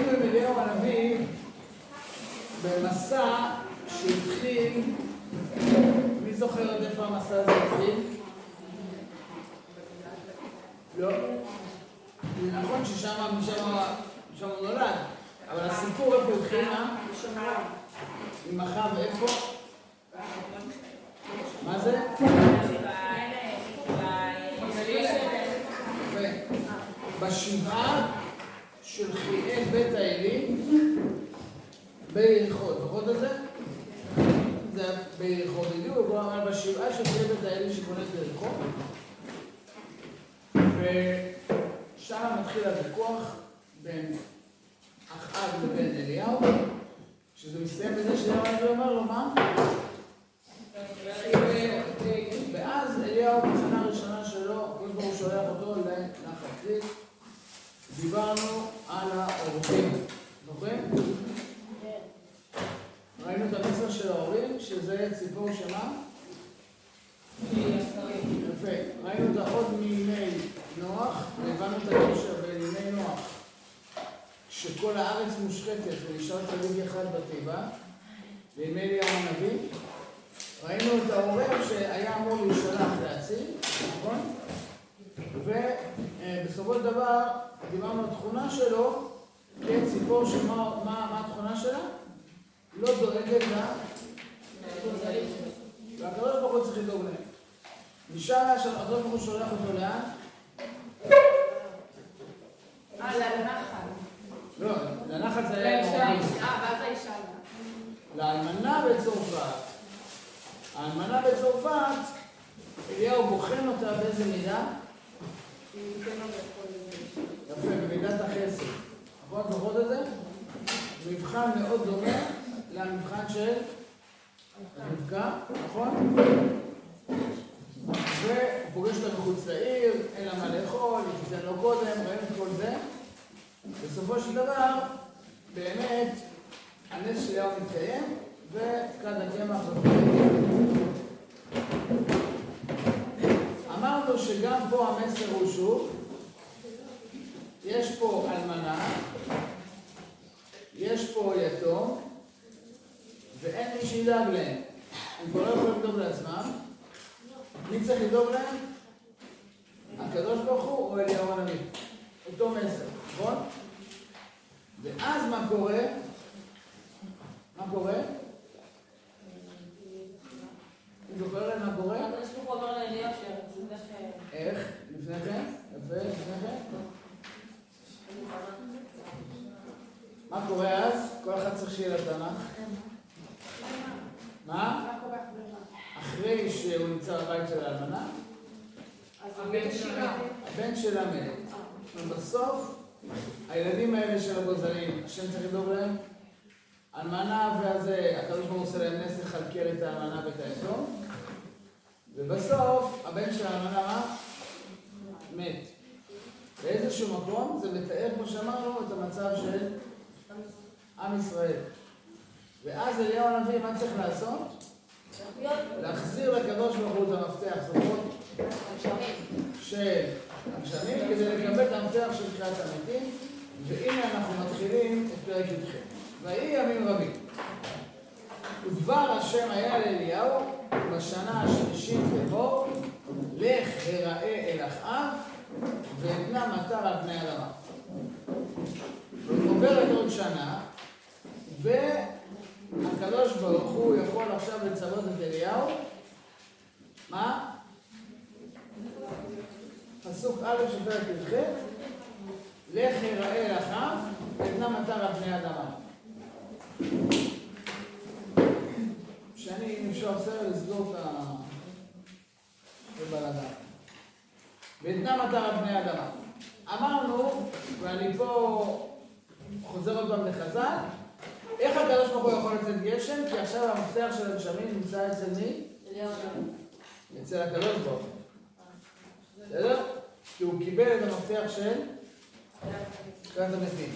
היינו עם אליהו הנביא במסע שהתחיל, מי זוכר עד איפה המסע הזה התחיל? לא? נכון ששם הוא נולד, אבל הסיפור איפה התחיל מה? עם אחאב איפה? מה זה? בשבעה של חיאל בית האלי ביריחו, זוכרות את זה? זה ביריחו בדיוק, הוא אמר בשבעה של חיאל בית האלי שבונה ביריחו, ושם מתחיל הוויכוח בין אחאב לבין אליהו, שזה מסתיים בזה שאליהו הנביא אומר לו מה? ואז אליהו בשנה הראשונה שלו, כל פעם הוא שולח אותו לנחל כריש. דיברנו על האורחים, זוכרים? ראינו את המסר של ההורים, שזה ציפור שמה? יפה. ראינו את עוד מימי נוח, והבנו את הקשר בין ימי נוח, שכל הארץ מושחתת ונשאר צדיק אחד בתיבה, וימי אליהו הנביא. ראינו את העורב שהיה אמור להישלח להציל, נכון? ובסופו של דבר דיברנו על התכונה שלו, כן, ציפור מה התכונה שלה? לא דואגת לה, והקדוש ברוך הוא צריך לדאוג להם. נשאר שהקדוש ברוך הוא שולח אותו לאן? לנחל. לא, לנחל זה היה ואז האישה. לאלמנה בצרפת. האלמנה בצרפת, אליהו בוחן אותה באיזה מידה? יפה, במידת החסד. נכון, זוכרות את זה? מבחן מאוד דומה למבחן של רבקה, נכון? והוא פוגש אותה מחוץ לעיר, אין לה מה לאכול, היא תיתן לו קודם, ראינו את כל זה. בסופו של דבר, באמת, הנס של אליהו מתקיים, וכד הקמח ופרק. אמרנו שגם פה המסר הוא שוב, יש פה אלמנה, יש פה יתום, ואין מי שידאג להם. הם כבר לא יכולים לדאוג לעצמם. מי צריך לדאוג להם? הקדוש ברוך הוא או אליהו הנביא. אותו מסר, נכון? ואז מה קורה? מה קורה? אני זוכרת מה קורה? יש פה חומר לאליהו שלפני איך? לפני כן? יפה, לפני כן? מה קורה אז? כל אחד צריך שיהיה לתנ"ך. מה? אחרי שהוא נמצא בבית של האלמנה? הבן שלה מת. ובסוף, הילדים האלה של הגוזלים, השם צריך לדאוג להם? אלמנה והזה, הקדוש ברוך הוא עושה להם נס לכלכל את האלמנה ואת היתום. ובסוף, הבן של האלמנה מה? מת. באיזשהו מקום זה מתאר, כמו שאמרנו, את המצב של עם ישראל. ואז אליהו הנביא, מה צריך לעשות? להחזיר לקדוש ברוך הוא את המפתח, זוכרות? של הגשמים, כדי לקבל את המפתח של תחיית המתים. והנה אנחנו מתחילים את פרק י"ח. ויהי ימים רבים. ודבר השם היה לאליהו בשנה השלישית לאמור, לך הראה אל אחאב ואתנה מטר על פני האדמה. עוברת עוד שנה, והקדוש ברוך הוא יכול עכשיו לצוות את אליהו. מה? פסוק א' של פרק י"ח, לך הראה אל אחאב ואתנה מטר על פני האדמה. שאני, אם אפשר בסדר, לסגור את הבלגן. ואתנה מטר על פני האדמה. אמרנו, ואני פה חוזר עוד פעם לחז"ל, איך הקדוש ברוך הוא יכול לצאת גשם? כי עכשיו המפתח של הגשמים נמצא אצל מי? אצל הקדוש ברוך הוא. בסדר? כי הוא קיבל את המפתח של תחיית המתים.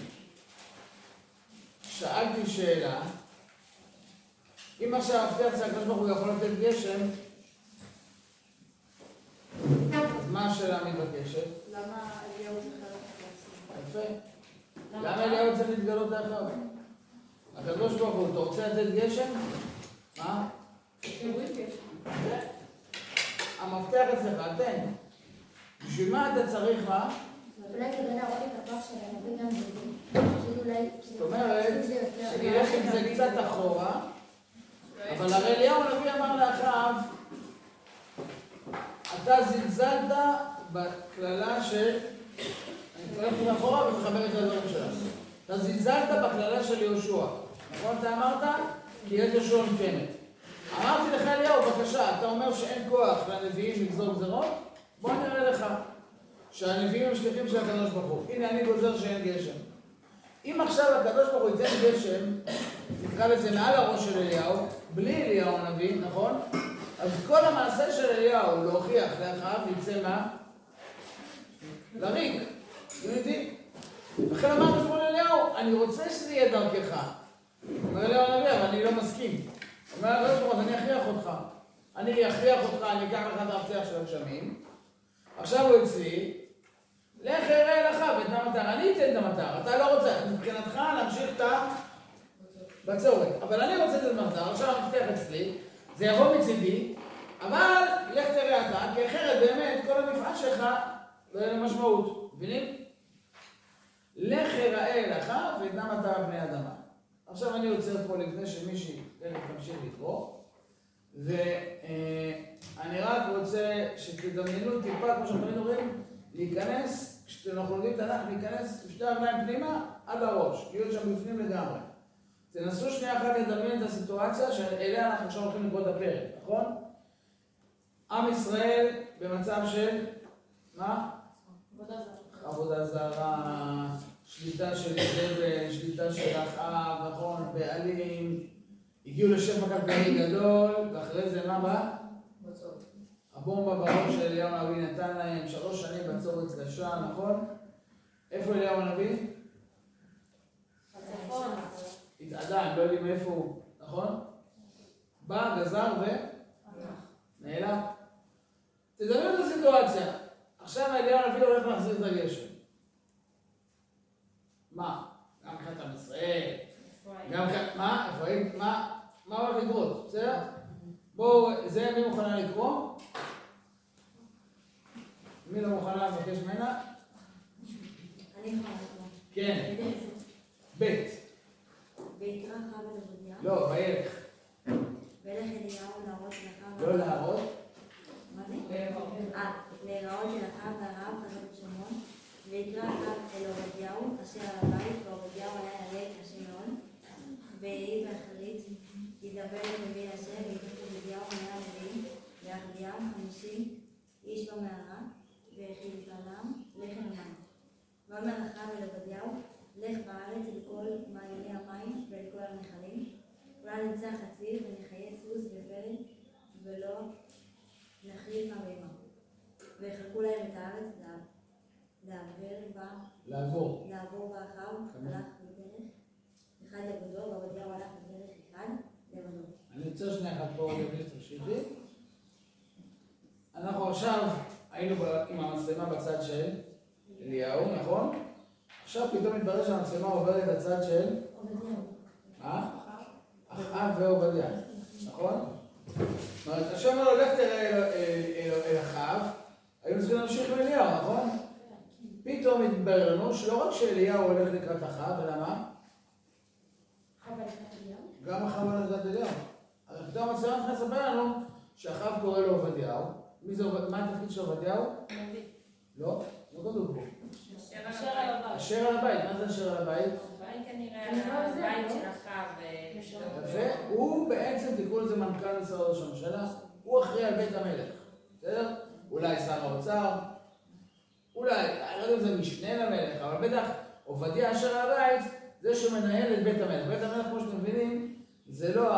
שאלתי שאלה, אם עכשיו המפתח של הקדוש ברוך הוא יכול לתת גשם, אז מה השאלה מתבקשת? למה אליהו צריך ללכת לעצמו? יפה. למה אליהו צריך להתגלות לאחריו? הקדוש ברוך הוא, אתה רוצה לתת גשם? מה? המפתח אצלך, תן. בשביל מה אתה צריך מה? אולי כדי להראות את הכוח של הנביא גם בזה. זאת אומרת, אני אלך עם זה קצת אחורה, אבל הרי אליהו הנביא אמר לאחריו, אתה זלזלת בכללה של... אני הולכת מאחורה ומחבר את הדברים שלנו. אתה זלזלת בכללה של יהושע. נכון אתה אמרת? כי יש יהושע נקמת. אמרתי לך אליהו, בבקשה, אתה אומר שאין כוח לנביאים לגזור גזרות? בוא נראה לך שהנביאים הם שליחים של הקדוש ברוך הוא. הנה אני גוזר שאין גשם. אם עכשיו הקדוש ברוך הוא ייתן גשם, נקרא לזה מעל הראש של אליהו, בלי אליהו הנביא, נכון? אז כל המעשה של אליהו להוכיח לאחריו יצא מה? לריק. יודעים? לכן אמרנו שמואל אליהו, אני רוצה שזה יהיה דרכך. אומר אליהו הנביא, אבל אני לא מסכים. אומר הקדוש ברוך הוא, אני אכריח אותך. אני אכריח אותך, אני אקח לך את המפתח של הגשמים. עכשיו הוא אצלי, לך אראה לך ואת המטר. אני אתן את המטר, אתה לא רוצה. מבחינתך להמשיך את הבצורת. אבל אני רוצה את המטר, עכשיו המפתח אצלי, זה יבוא מצידי, אבל לך תראה אתה, כי אחרת באמת כל המפעל שלך לא יהיה למשמעות. מבינים? לך אראה לך ואת המטר בני אדמה. עכשיו אני עוצר פה לפני שמישהי תמשיך לקרוא. ואני רק רוצה שתדמיינו טיפה, כמו שאנחנו רואים, להיכנס, כשאנחנו לומדים תנ"ך, להיכנס בשתי הרגליים פנימה עד הראש, להיות שם בפנים לגמרי. תנסו שנייה אחת לדמיין את הסיטואציה שאליה אנחנו עכשיו הולכים לקרוא את הפרק, נכון? עם ישראל במצב של, מה? עבודה זרה, שליטה של יזבל, שליטה של אחאב, נכון, בעלים, הגיעו לשפע כלכלי גדול, ואחרי זה מה בא? בצורת. הבומבה בראש של אליהו הנביא נתן להם 3 שנים בצורת קשה, נכון? איפה אליהו הנביא? בצפון. התעדה, הם לא יודעים מאיפה הוא, נכון? בא, גזר נעלם. תדמיינו את הסיטואציה. עכשיו אליהו הנביא הולך להחזיר את הגשם. מה? גם מבחינת עם ישראל. גם כאן, מה? אפרים? מה הולך לקרות? בסדר? בואו, זה מי מוכנה לקרוא? מי לא מוכנה לבקש ממנה? אני יכולה לקרוא. כן. בית. ויקרא אחאב את עובדיה. לא, וילך. וילך אליהו להראות לאחאב. לא להראות? מה זה? להראות אל אחאב והרב חזות שמעון. ויקרא אחאב אל עובדיהו אשר על הבית, ועובדיהו היה ירא קשה מאוד. ויהי באחרית, ידבר אל נביא השם, ויקרא עובדיהו מאה נביאים, ואחדיהו 50 איש במערה, וכלכלם לחם מים. ואומר אחאב אל עובדיהו, לך בארץ אל כל מעייני המים ואל כל הנחלים, אולי נמצא חציר ונחיה סוס ופרד, ולא נחליף הבהמה. ויחלקו להם את הארץ לעבור בה אחאב, הלך בדרך אחד לבדו, ועובדיהו הלך בדרך אחד לבדו. אני רוצה שנייה אחת פה לבית תרשיתי. אנחנו עכשיו היינו עם המצלמה בצד של אליהו, נכון? עכשיו פתאום מתברר שהמצלמה עוברת לצד של עובדיהו. אחאב ועובדיה, נכון? זאת אומרת, עכשיו אמרנו, לך תראה אל אחאב, היינו צריכים להמשיך עם אליהו, נכון? פתאום התברר לנו שלא רק שאליהו הולך לקראת אחאב, אלא מה? אחאב לקראת אליהו? גם אחאב הולך לקראת אליהו. אז פתאום המצלמה נכנס לספר לנו שאחאב קורא לו עובדיהו. מה התפקיד של עובדיהו? נביא. לא, לא כתוב פה. אשר על הבית. אשר על הבית, מה זה אשר על הבית? הבית כנראה על הבית של אחאב. יפה, הוא בעצם, תקראו לזה מנכ"ל משרד ראש הממשלה, הוא אחראי על בית המלך, בסדר? אולי שר האוצר, אולי, אני לא יודע אם זה משנה למלך, אבל בטח עובדיה אשר על הבית, זה שמנהל את בית המלך. בית המלך, כמו שאתם מבינים, זה לא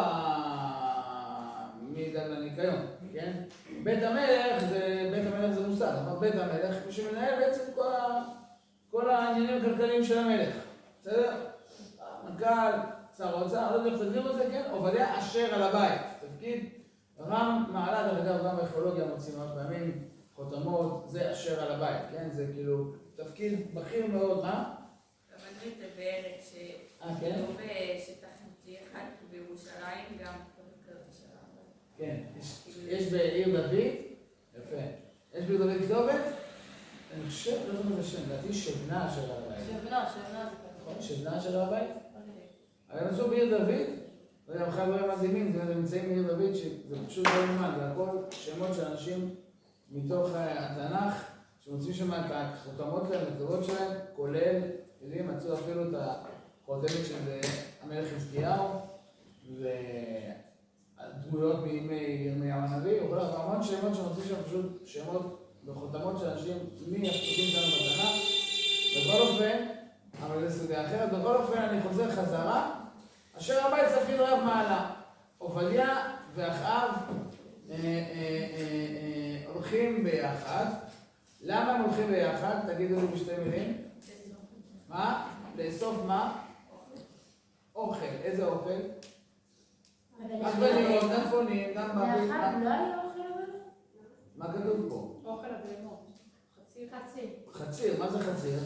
מעידן לניקיון, כן? בית המלך זה מושג, אבל בית המלך הוא שמנהל בעצם כל העניינים הכלכליים של המלך, בסדר? מנכ"ל, שר האוצר, לא יודע איך תגדירו את זה, כן? עובדיה אשר על הבית, תפקיד רם מעלה, דרך אגב, גם בארכיאולוגיה מוצאים הרבה פעמים חותמות, זה אשר על הבית, כן? זה כאילו תפקיד בכיר מאוד, מה? בעברית זה בארץ כן? שלא בשטח חצי אחד, בירושלים גם כתובת של הבית. כן, יש בעיר דוד, יפה. יש בעיר דוד כתובת? אני חושב, לא זוכר את השם, לדעתי שבנה של הבית. שבנה זה כתוב. שבנה של הבית? אבל הם עשו בעיר דוד, וגם אחד דברים מדהימים, זה נמצאים בעיר דוד, שזה פשוט לא יאומן, זה הכל שמות של אנשים מתוך התנ"ך, שמוצאים שם את החותמות שלהם, את הכתובות שלהם, כולל, יודעים, מצאו אפילו את החותמת של המלך חזקיהו, והדמויות מימי ירמיהו הנביא, וכל המון שמות שמוצאים שם פשוט שמות וחותמות של אנשים מהכתובים שלנו בתנ"ך. בכל אופן, אבל זה סוגיה אחרת, בכל אופן אני חוזר חזרה, אשר הבית צפית רב מעלה, עובדיה ואחאב הולכים ביחד. למה הם הולכים ביחד? תגידו לי בשתי מילים. מה? לאסוף מה? אוכל. איזה אוכל? עגבניות, נפונים, גם בבית. לאחד לא היה אוכל אבל? מה כתוב פה? אוכל הבהמות. חציר. חציר, מה זה חציר?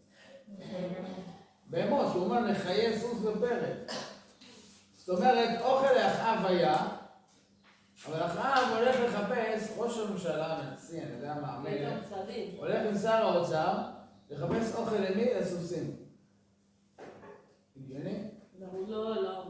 בהמות, הוא אומר לחיי סוס ופרד. זאת אומרת, אוכל לאחאב היה, אבל אחאב הולך לחפש, ראש הממשלה, הנשיא, אני יודע מה, המלך, הולך עם שר האוצר לחפש אוכל למי? לסוסים. הגיוני? לא.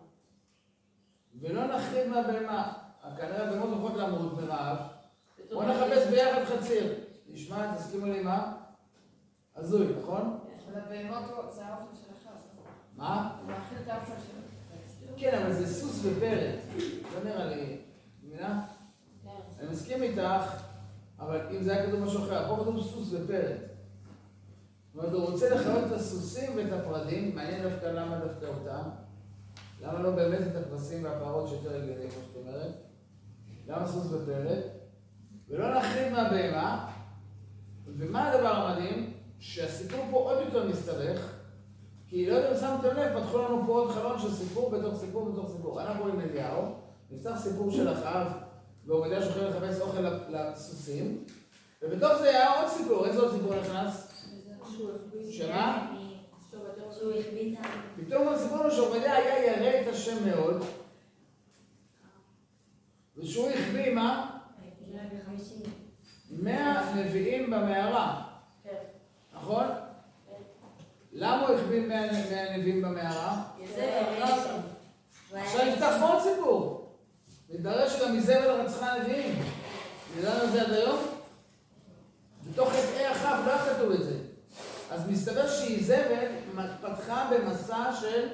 ולא נחריד מהבהמה. כנראה הבהמות הולכות למות מרעב. בוא נחפש ביחד חציר. נשמע, תסכימו לי מה? הזוי, נכון? אבל הבהמות זה האוכל של אחאב. מה? הוא מאכיל את האוכל שלו. כן, אבל זה סוס ופרד. לא נראה לי, מבינה? אני מסכים איתך, אבל אם זה היה כתוב משהו אחר, פה כתוב סוס ופרד. זאת אומרת, הוא רוצה לחיות את הסוסים ואת הפרדים, מעניין דווקא למה דווקא אותם. למה לא באמת את הכבשים והפרות שיותר רגילים, כמו שאת אומרת? למה סוס ופרד? ולא נחריד מהבהמה. ומה הדבר המדהים? שהסיפור פה עוד יותר מסתבך, כי לא יודע אם שמתם לב, פתחו לנו פה עוד חלון של סיפור בתוך סיפור בתוך סיפור. אנחנו רואים אליהו, נפתח סיפור של אחאב, ועובדיה שהולכים לחפש אוכל לסוסים, ובתוך זה היה עוד סיפור. איזה עוד סיפור נכנס? שמה? שהוא החביא את ה... פתאום הסיפור הוא שעובדיה היה ירא את השם מאוד, ושהוא החביא מה? 100 נביאים במערה. נכון? למה הוא החביא 100 נביאים במערה? עכשיו נפתח עוד סיפור. מתברר שגם איזבל רצחה נביאים. נדענו על זה עד היום? בתוך חטאי אחאב לא כתוב את זה. אז מסתבר שאיזבל פתחה במסע של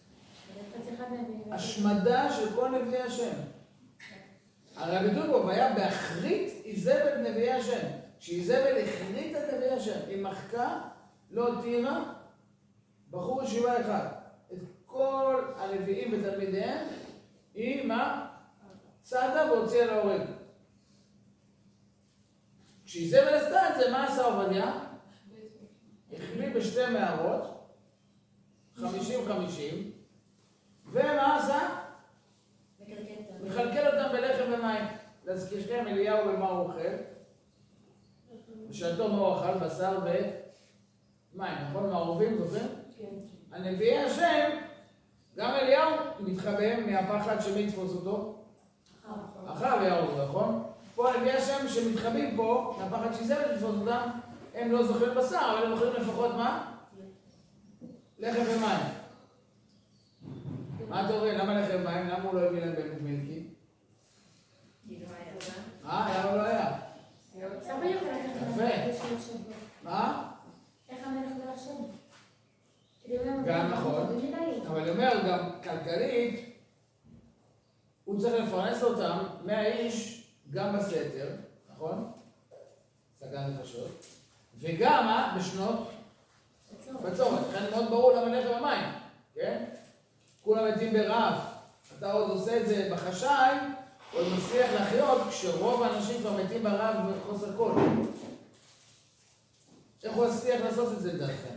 השמדה של כל נביאי השם. הרי הביטוי פה היה באחרית איזבל נביאי השם. כשאיזבל החריט את נביאי השם, היא מחקה, לא הותירה, בחור ישיבה אחד. את כל הנביאים ותלמידיהם, היא מה? צעדה והוציאה להורג. כשאיזבל עשתה את זה, מה עשה עובדיה? החביא בשתי מערות, 50-50, ומה עשה? מחלקל אותם בלחם ומים. להזכירכם, אליהו במה הוא אוכל? בשעתו מה הוא אכל? בשר ומים, נכון? מערובים, זוכרים? כן. הנביאי השם, גם אליהו מתחבא מהפחד שמי יתפוס אותו? אחאב יהרוג, נכון? פה הנביאי השם שמתחבאים פה, מהפחד שאיזבל תתפוס אותם, הם לא זוכרים בשר, אבל הם יכולים לפחות מה? לחם ומים. מה אתה אומר? למה לחם ומים? למה הוא לא הביא להם באמת מילקי? למה לא היה? יפה. מה? איך המלך לא יחשב? גם נכון, אבל אני אומר, גם כלכלית, הוא צריך לפרנס אותם 100 איש גם בסתר, נכון? סגן נפשות, וגם בשנות בצורת. לכן מאוד ברור למה לחם ומים, כן? כולם מתים ברעב, אתה עוד עושה את זה בחשאי, עוד מצליח לחיות כשרוב האנשים כבר מתים ברעב וחוסר כל. איך הוא הצליח לעשות את זה דרכם?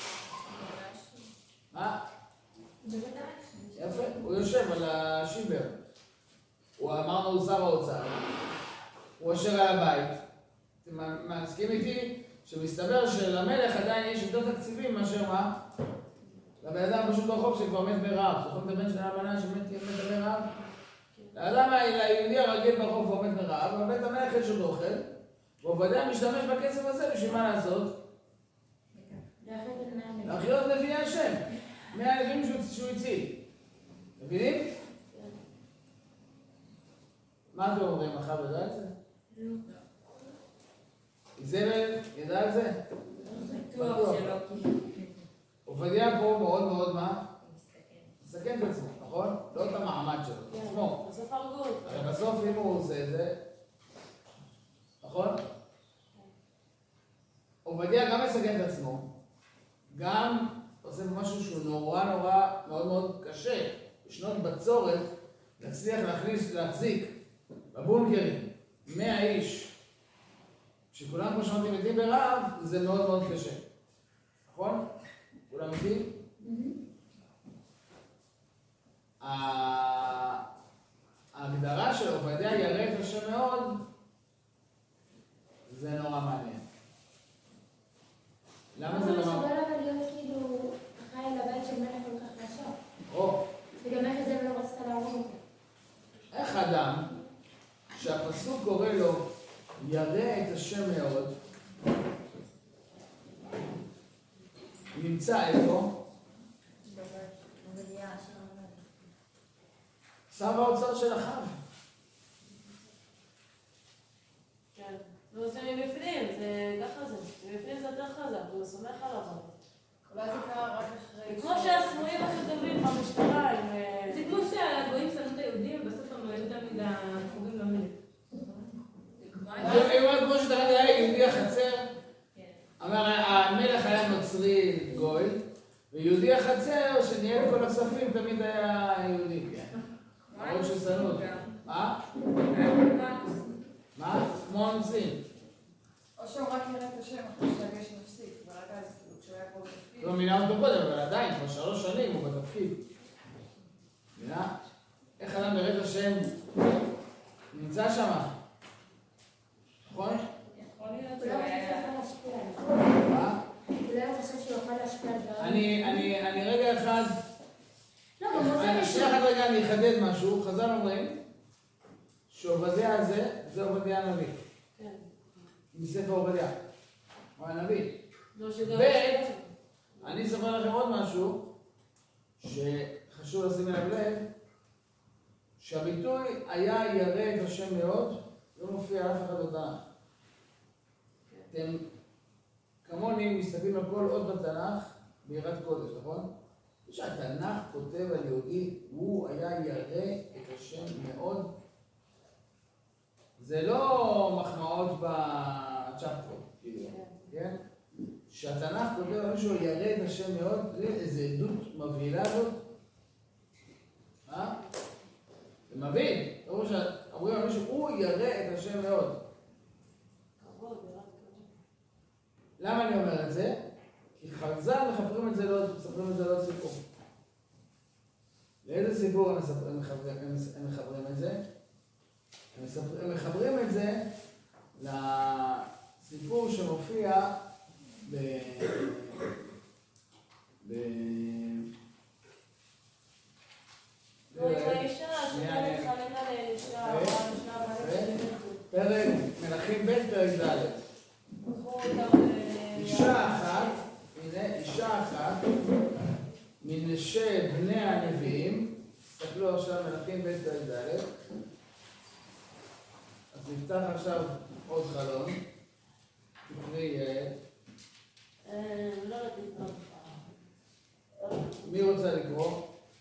מה? יפה, הוא יושב על השיבר. הוא אמרנו, הוא שר האוצר. הוא אשר על הבית. אתם מסכים איתי שמסתבר שלמלך עדיין יש יותר תקציבים מאשר מה? לבן אדם פשוט ברחוב שכבר מת ברעב. זוכרים את הבן של האלמנה שמת ברעב? לאדם היהודי הרגיל ברחוב כבר מת ברעב, אבל בית המלך יש עוד אוכל, ועובדיה משתמש בכסף הזה בשביל מה לעשות? להחיות נביאי השם. 100 נביאים שהוא הציל. מבינים? מה אתם אומרים? אחר ידע את זה? לא. איזבל ידע על זה? בטוח שלא. עובדיה פה מאוד מאוד מה? מסכן את עצמו, נכון? לא את המעמד שלו, את עצמו. בסוף הרגו. הרי בסוף אם הוא עושה את זה, נכון? עובדיה גם מסכן את עצמו, גם עושה משהו שהוא נורא מאוד מאוד קשה. בשנות בצורת להצליח להחזיק בבונקרים 100 איש, שכולם כמו שאמרתי מתים ברעב, זה מאוד מאוד קשה. נכון? כולם מתים? ההגדרה של עובדיה ירא את השם מאוד, זה נורא מעניין. למה זה לא מסוגל אבל להיות כאילו אחראי לבית של מלך כל כך רשע. וגם איך זה לא רצתה להרוג אותו. איך אדם שהפסוק קורא לו ירא את השם מאוד, נמצא איפה? שר האוצר של אחאב. כן. זה מבפנים, זה ככה זה. מבפנים זה יותר חזק, הוא סומך עליו. אולי זה קרה רק אחרי... כמו שהסמויים הכי טובים במשטרה עם... זה כמו שהגויים שנאו את היהודים, ובסוף הם היו תמיד הקרובים למלך. היא אומרת כמו שתמיד היה יהודי החצר, אמר המלך היה נוצרי גוי, ויהודי החצר שניהל כל הכספים תמיד היה יהודי. עוד ששנות. מה? מה? כמו הנושאים. או שהוא רק יראה את השם אחרי שהגש נפסיק, ורק אז כשהוא היה פה בתפקיד. לא מינה אותו קודם, אבל עדיין, כבר 3 שנים הוא בתפקיד. מינה? איך אדם יראה את השם נמצא שם? נכון? יכול להיות הוא לא יכול להשפיע. מה? הוא לא חושב שהוא יכול להשפיע על דברים. אני רגע אחד... שנייה אחת רגע אני אחדד משהו. חז"ל אומרים שעובדיה הזה, זה עובדיה הנביא. כן. מספר עובדיה. הוא הנביא. ב' אני אספר לכם עוד משהו שחשוב לשים אליו לב, שהביטוי היה ירא את השם מאוד, לא מופיע אף אחד בתנ"ך. אתם כמוני מסתכלים על כל עוד בתנ"ך ביראת קודש, נכון? כשהתנ"ך כותב על יהודי, הוא היה ירא את השם מאוד. זה לא מחמאות בצ'פחות, כאילו, כן? כשהתנ"ך כותב על מישהו ירא את השם מאוד, זה איזו עדות מבהילה זאת. מה? זה מבהיל. אומרים על מישהו, הוא ירא את השם מאוד. למה אני אומר את זה? כי חז"ל מספרים את זה לעוד סיפור. לאיזה סיפור הם מחברים את זה? הם מחברים את זה לסיפור שמופיע פרק מלכים ב' פרק ד'. אישה אחת מנשי בני הנביאים, תסתכלו עכשיו מלכים ב' פרק ד', אז נפתח עכשיו עוד חלון, תקראי לא יודעת לקרוא. מי רוצה לקרוא?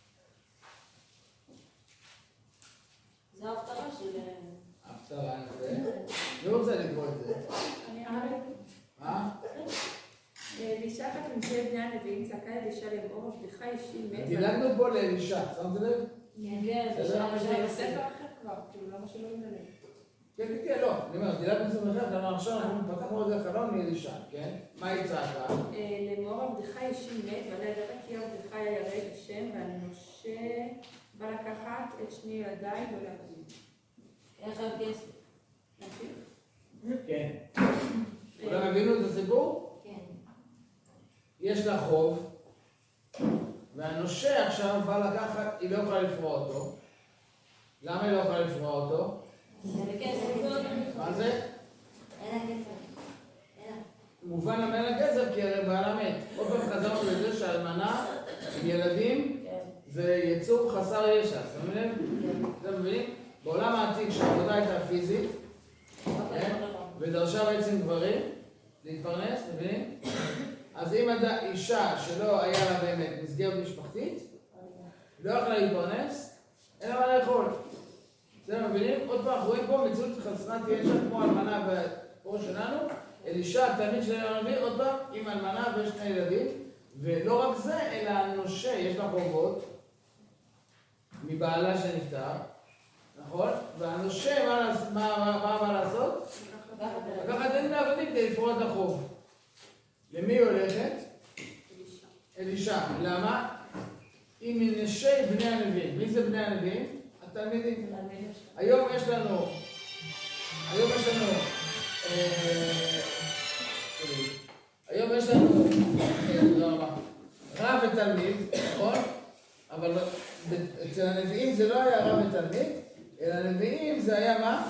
זה ההפטרה של... ההפטרה הזה. מי רוצה לקרוא את זה? אני אראה. מה? לאישה אחת מנשי בני הנביאים צעקה אלישע לאמור, עבדך אישי מת. דילגנו פה לאלישע, שמת לב? כן, אבל זה בספר אחר כבר, כאילו למה שלא ימלא. כן, לא. אני אומר, דילגנו בספר אחר, למה עכשיו אנחנו פתחנו רגע חלון מאלישע, כן? מה היא צעקה? לאמור, עבדך אישי מת, ועלה ידעת כי עבדך היה ירא את השם, והנושה בא לקחת את שני ילדיי ולהביא. איך הכסף? נמשיך? כן. כולם הבינו את הסיפור? כן. יש לה חוב, והנושה עכשיו בא לקחת, היא לא יכולה לפרוע אותו. למה היא לא יכולה לפרוע אותו? מה זה? אין לה כסף. מובן למה אין לה כסף, כי הרי בעלה מת. עוד פעם חזרנו לזה שהאלמנה עם ילדים זה יצור חסר ישע. שמים לב? אתם מבינים? בעולם העתיק שהעבודה הייתה פיזית, ודרשה בעצם גברים להתפרנס, מבינים? אז אם אישה שלא היה לה באמת מסגרת משפחתית, לא יכולה להתפרנס, אין לה מה לאכול. אתם מבינים? עוד פעם, אנחנו רואים פה מציאות חסרת ישע כמו אלמנה בפה שלנו, אלישע, התלמיד של הנביא, עוד פעם, עם אלמנה ושני ילדים, ולא רק זה, אלא הנושה, יש לה חובות מבעלה שנפטר, נכון? והנושה, מה בא לעשות? לקחת אין מעבדים כדי לפרוע את החוב. למי היא הולכת? אלישע. למה? היא מנשי בני הנביאים. מי זה בני הנביאים? התלמידים. היום יש לנו רב ותלמיד, נכון? אבל אצל הנביאים זה לא היה רב ותלמיד, אלא הנביאים זה היה מה?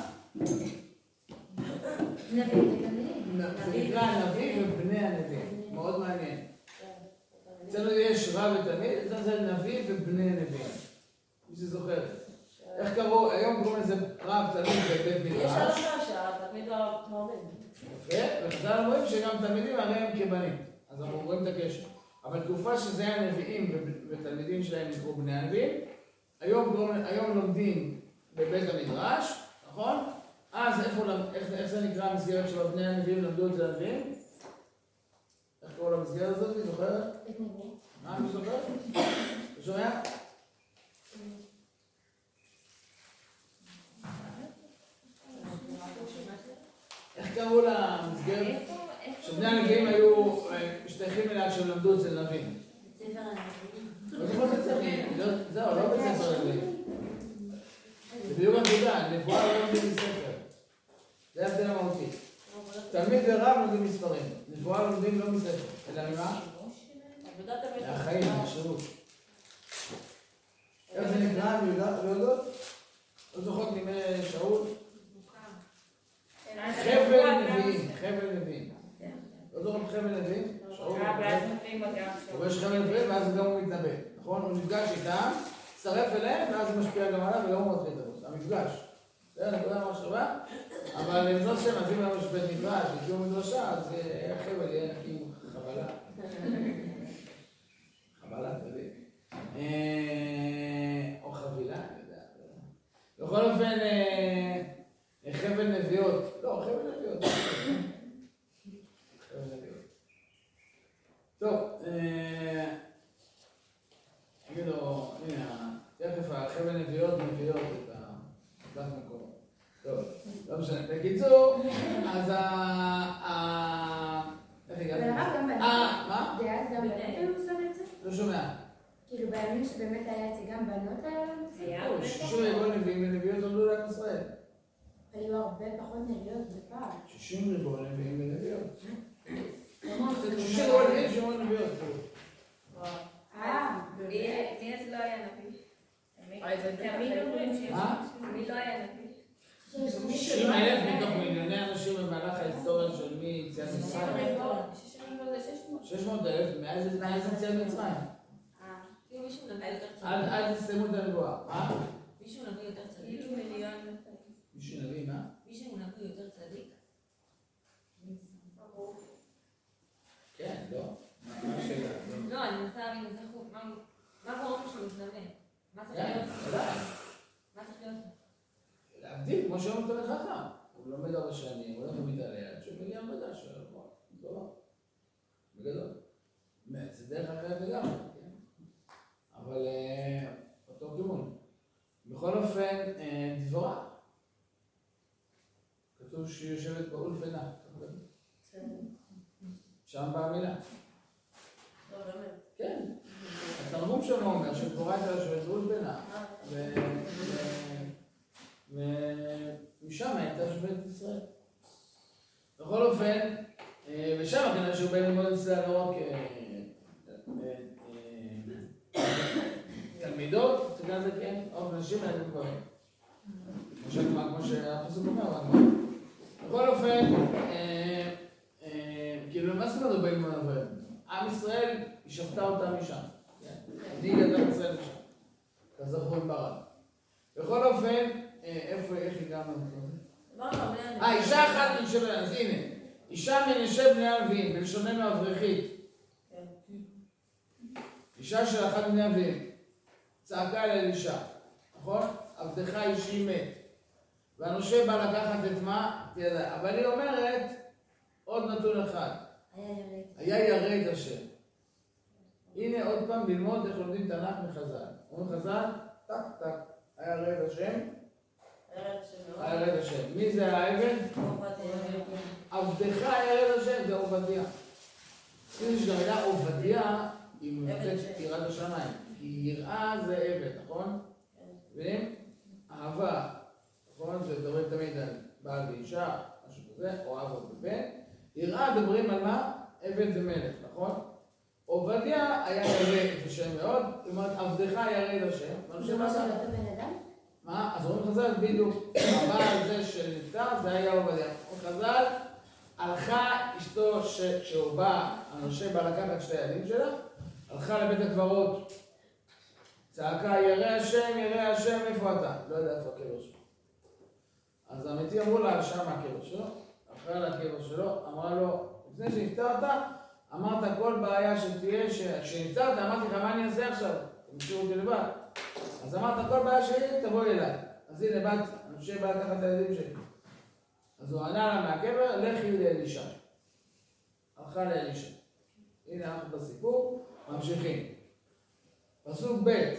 נביא ותלמידים. זה נקרא נביא ובני הנביאים. מאוד מעניין. אצלנו יש רב ותלמיד, אצלנו זה נביא ובני נביאים. מי שזוכר. איך קראו? היום קוראים לזה רב תלמיד בבית מדרש. יש הלכה שהתלמיד הרב מורים. יפה, וחז"ל אומרים שגם תלמידים הרי הם כבנים. אז אנחנו רואים את הקשר. אבל תקופה שזה היה נביאים ותלמידים שלהם נקראו בני הנביאים, היום לומדים בבית המדרש, נכון? אז איך זה נקרא המסגרת של בני הנביאים למדו את זה הנביאים? איך קראו למסגרת הזאת? מי זוכרת? בית נביאים. מה? מי זוכרת? אתה שומע? איך קראו למסגרת? שבני הנביאים היו משתייכים אליה כשהם למדו אצל נביאים. ספר הנביאים. לא זוכר בית ספר. זהו, לא בית ספר הנביאים. זה בדיוק הנקודה, נבואה לא לומדים מספר. זה ההבדל המהותי. תלמיד ורב לומדים מספרים. נבואה לומדים לא מספר. אלא ממה? מהחיים, מהשירות. איך זה נקרא? לא יודעות? לא זוכרות מימי שאול? חבל נביאים, חבל נביאים. לא זוכרת חבל נביאים? שאול. הוא יש חבל נביאים ואז גם הוא מתנבא. נכון? הוא נפגש איתם, הצטרף אליהם ואז הוא משפיע גם עליו ולא הוא מתחיל את המפגש. זה נקודה ממש טובה. אבל אם זאת שם, אז אם היה משפט מדרש, וקיום מדרשה, אז חבל יהיה נקים חבלה. חבלה, תביא. או חבילה, אני יודע. בכל אופן, חבל נביאות. לא, חבל נביאות. חבל נביאות. טוב, נגיד לו, הנה, תכף החבל נביאות מביאות את הדף מקום. טוב, לא משנה. בקיצור, אז איך הגעתי? מה? דאז גם בנות היו עושות את זה? לא שומע. כאילו בימים שבאמת היה את זה גם בנות היה לנו? 60 ריבון נביאים ונביאות נולדו לעם ישראל. היו הרבה פחות נביאות בפעם. 60 ריבון נביאים ונביאות. 60 ריבון נביאים, 60 נביאות. מי אז לא היה נביא? מי לא היה נביא? 60,000 מתוך מיליוני אנשים במהלך ההיסטוריה של מי יציאת מצרים. 600,000, מאז יציאת מצרים. עד תסיימו את הנבואה. מישהו נביא יותר צדיק? מישהו נביא, מה? מישהו נביא יותר צדיק? כן, לא. מה השאלה? לא, אני מנסה להבין מה קורה כשהוא מתנבא? מה צריך להיות? מה צריך להיות? להבדיל, כמו שאומרים אותו לחכם. הוא לומד הרבה שנים, הוא לא מתעלה, עד שהוא מגיע למדע שלו. טוב. בגדול. זה דרך אחרת לגמרי, כן? אבל אותו כיוון. בכל אופן, דבורה. כתוב שהיא יושבת באולפנה. שם באה המילה. כן. התרגום שלו אומר שדבורה הייתה יושבת באולפנה. ומשם הייתה יושבת ישראל. בכל אופן, ושם כנראה שהוא בא ללמוד אצלה לא רק תלמידות, אתה יודע זה כן, עוד נשים ואין גברים. כמו שהפסוק אומר, בכל אופן, כאילו מה זאת אומרת באים מהעבר? עם ישראל, היא שפטה אותה משם. אני גדל ישראל משם. כזכור עם ברק. בכל אופן, איך הגענו לזה? אישה אחת מנשי בני, אז הנה. אישה מנשי בני הלווים, בלשוננו אברכית. אישה של אחד בני הלווים. צעקה אל אלישע. נכון? עבדך אישי מת. והנושה בא לקחת את מה? תדע. אבל היא אומרת, עוד נתון אחד. היה ירד השם. הנה עוד פעם ללמוד איך לומדים תנ"ך מחז"ל. אומרים חז"ל, טק טק. היה ירד השם. היה ירד השם. מי זה העבד? עבדך היה ירד השם, זה עובדיה. יש גם מילה עובדיה, היא מבטאת יראת השמיים. כי יראה זה עבד, נכון? מבינים? אהבה. נכון? זה דברים תמיד על בעל ואישה, משהו כזה, או אב או בבן. יראה דברים על מה? עבד ומלך, נכון? עובדיה היה ירד את השם מאוד, זאת אומרת, עבדך ירד השם. זה מה של אותו בן אדם? מה? אז אומרים חז"ל, בדיוק, הבעל זה שנפטר, זה היה עובדיה. אומרים חז"ל, הלכה אשתו כשהוא בא, הנושה בא לקחת שתי ילדים שלה, הלכה לבית הקברות, צעקה, ירא השם, איפה אתה? לא יודע איפה הקבר שלו. אז המתי אמרו לה, שם הקבר שלו, אחרי על הקבר שלו, אמרה לו, לפני שנפטרת, אמרת כל בעיה שתהיה, כשנפטרת, אמרתי לך, מה אני אעשה עכשיו? תמשיכו אותי לבד. אז אמרת, כל בעיה שלי, תבואי אליי. אז הנה, בת, הנושה בא לקחת את הילדים שלי. אז הוא ענה לה מהקבר, לכי לאלישע. הלכה לאלישע. הנה אנחנו בסיפור, ממשיכים. פסוק ב'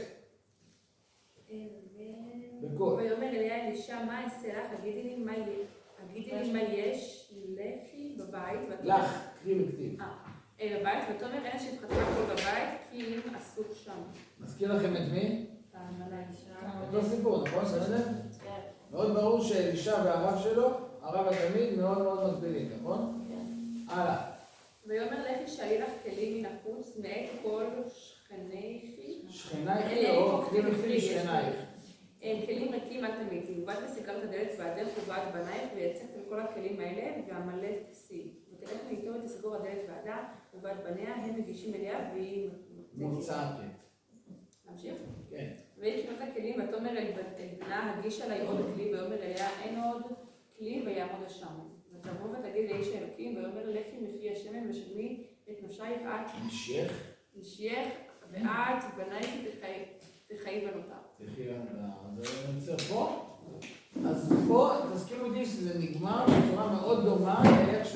בקול. ויאמר אליה אלישע, מה אעשה לך? תגידי לי מה יש, לכי בבית. לך, קריא וכתיב. בבית, ותאמר אין שפחתך פה בבית, כי אם אסור שם. מזכיר לכם את מי? האלישע. אותו סיפור, נכון? מאוד ברור שאלישע והרב שלו, הרב התלמיד, מאוד מאוד מקבילים, נכון? הלאה. ויאמר לכי שאלי לך כלים מן החוץ, מאת כל שכנייך או כלים וכתיב שכנייך. כלים ריקים אל תמיתי, ובאת וסגרת הדלת והדרך ובאת בנייך, ויצאת מכל הכלים האלה, והמלאת כסיל. ותלך מאיתו ותסגור הדלת ועדה, ובאת בניה, הם מגישים אליה, והיא מוצאת. נמשיך? כן. והיא קנות הכלים, ותאמר אל בנה, הגיש עלי עוד כלי, ויאמר אליה, אין עוד כלי, ויעמוד השם. ותבוא ותגיד לאיש האלוקים, ויאמר לכי מפי השמן, ושלמי את נושייך את. נשייך, ואת בנייך תחיי בנותה. תחיי בנותה. זה נמצא פה. אז פה תסכימו אותי שזה נגמר בצורה מאוד דומה לאיך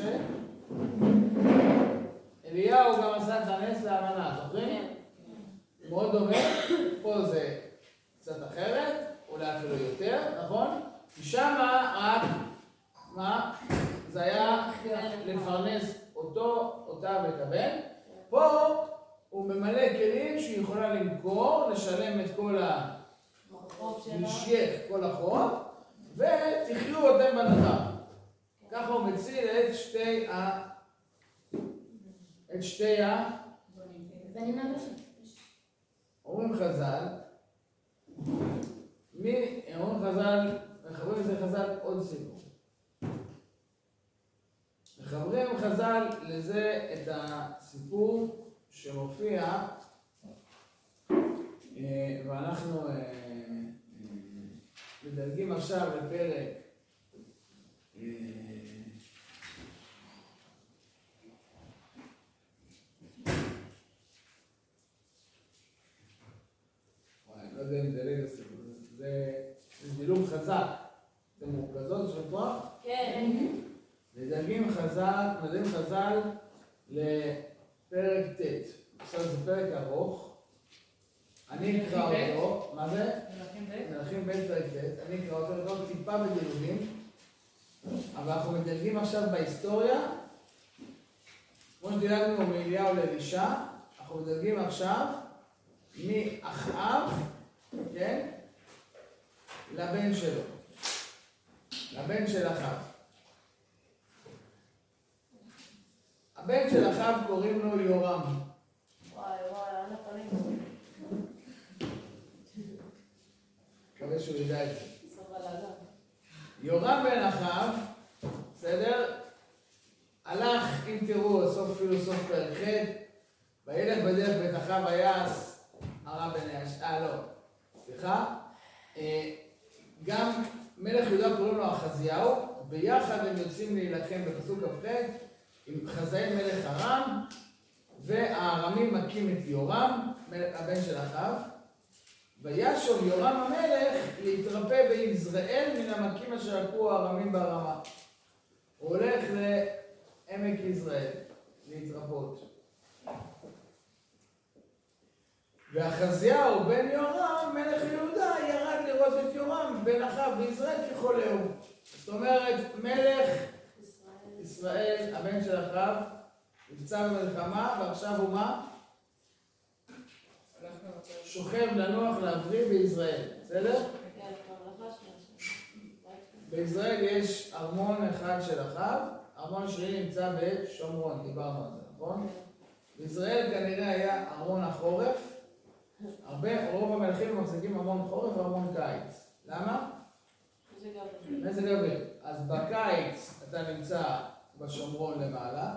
אליהו גם עשה את הנס לאמנה, זוכרים? מאוד דומה, פה זה קצת אחרת, אולי אפילו יותר, נכון? שמה רק, מה? זה היה לפרנס אותו, אותה ואת הבן. פה הוא ממלא כלים שהיא יכולה למכור, לשלם את כל נשייך, כל החוב, ותחיו אותם בנתם. ככה הוא מציל את שתי ואני מאמין. אומרים חז"ל, מחברים לזה חז"ל עוד סיפור. מחברים חז"ל לזה את הסיפור שמופיע, ואנחנו מדלגים עכשיו לפרק לא יודע אם דלג לסיפור, זה דילוג חזק, זה מורכזות של כוח? כן. מדלגים חז"ל לפרק ט'. עכשיו זה פרק ארוך, אני אקרא אותו, מה זה? מלכים ב' פרק ט', אני אקרא אותו טיפה בדילוגים, אבל אנחנו מדלגים עכשיו בהיסטוריה, כמו שדילגנו מאליהו לאלישע, אנחנו מדלגים עכשיו מאחאב, כן? לבן שלו, לבן של אחאב. הבן של אחאב קוראים לו יורם. וואי, אני פונים. מקווה שהוא ידע את זה. יורם בן אחאב, בסדר? הלך, אם תראו, הסוף פילוסוף פרק ח', וילך בדרך בית אחאב ויעש הרע בני לא, סליחה. גם מלך יהודה קוראים לו אחזיהו, ביחד הם יוצאים להילחם בפסוק כ"ח עם חזאל מלך ארם, והארמים מכים את יורם, הבן של אחאב. וישוב יורם המלך להתרפא ביזרעאל מן המכים אשר הכו הארמים ברמה. הוא הולך לעמק יזרעאל להתרפות. ואחזיהו בן יורם מלך יהודה ירד לראות את יורם בן אחאב ביזרעאל כחולהו. זאת אומרת, מלך ישראל, הבן של אחאב, נמצא במלחמה, ועכשיו הוא מה? שוכב לנוח להבריא בישראל, בסדר? בישראל יש ארמון אחד של אחאב, ארמון שני נמצא בשומרון, דיברנו על זה, נכון? בישראל כנראה היה ארמון החורף, רוב המלכים מחזיקים ארמון חורף וארמון קיץ. למה? מזג אוויר. אז בקיץ אתה נמצא בשומרון למעלה,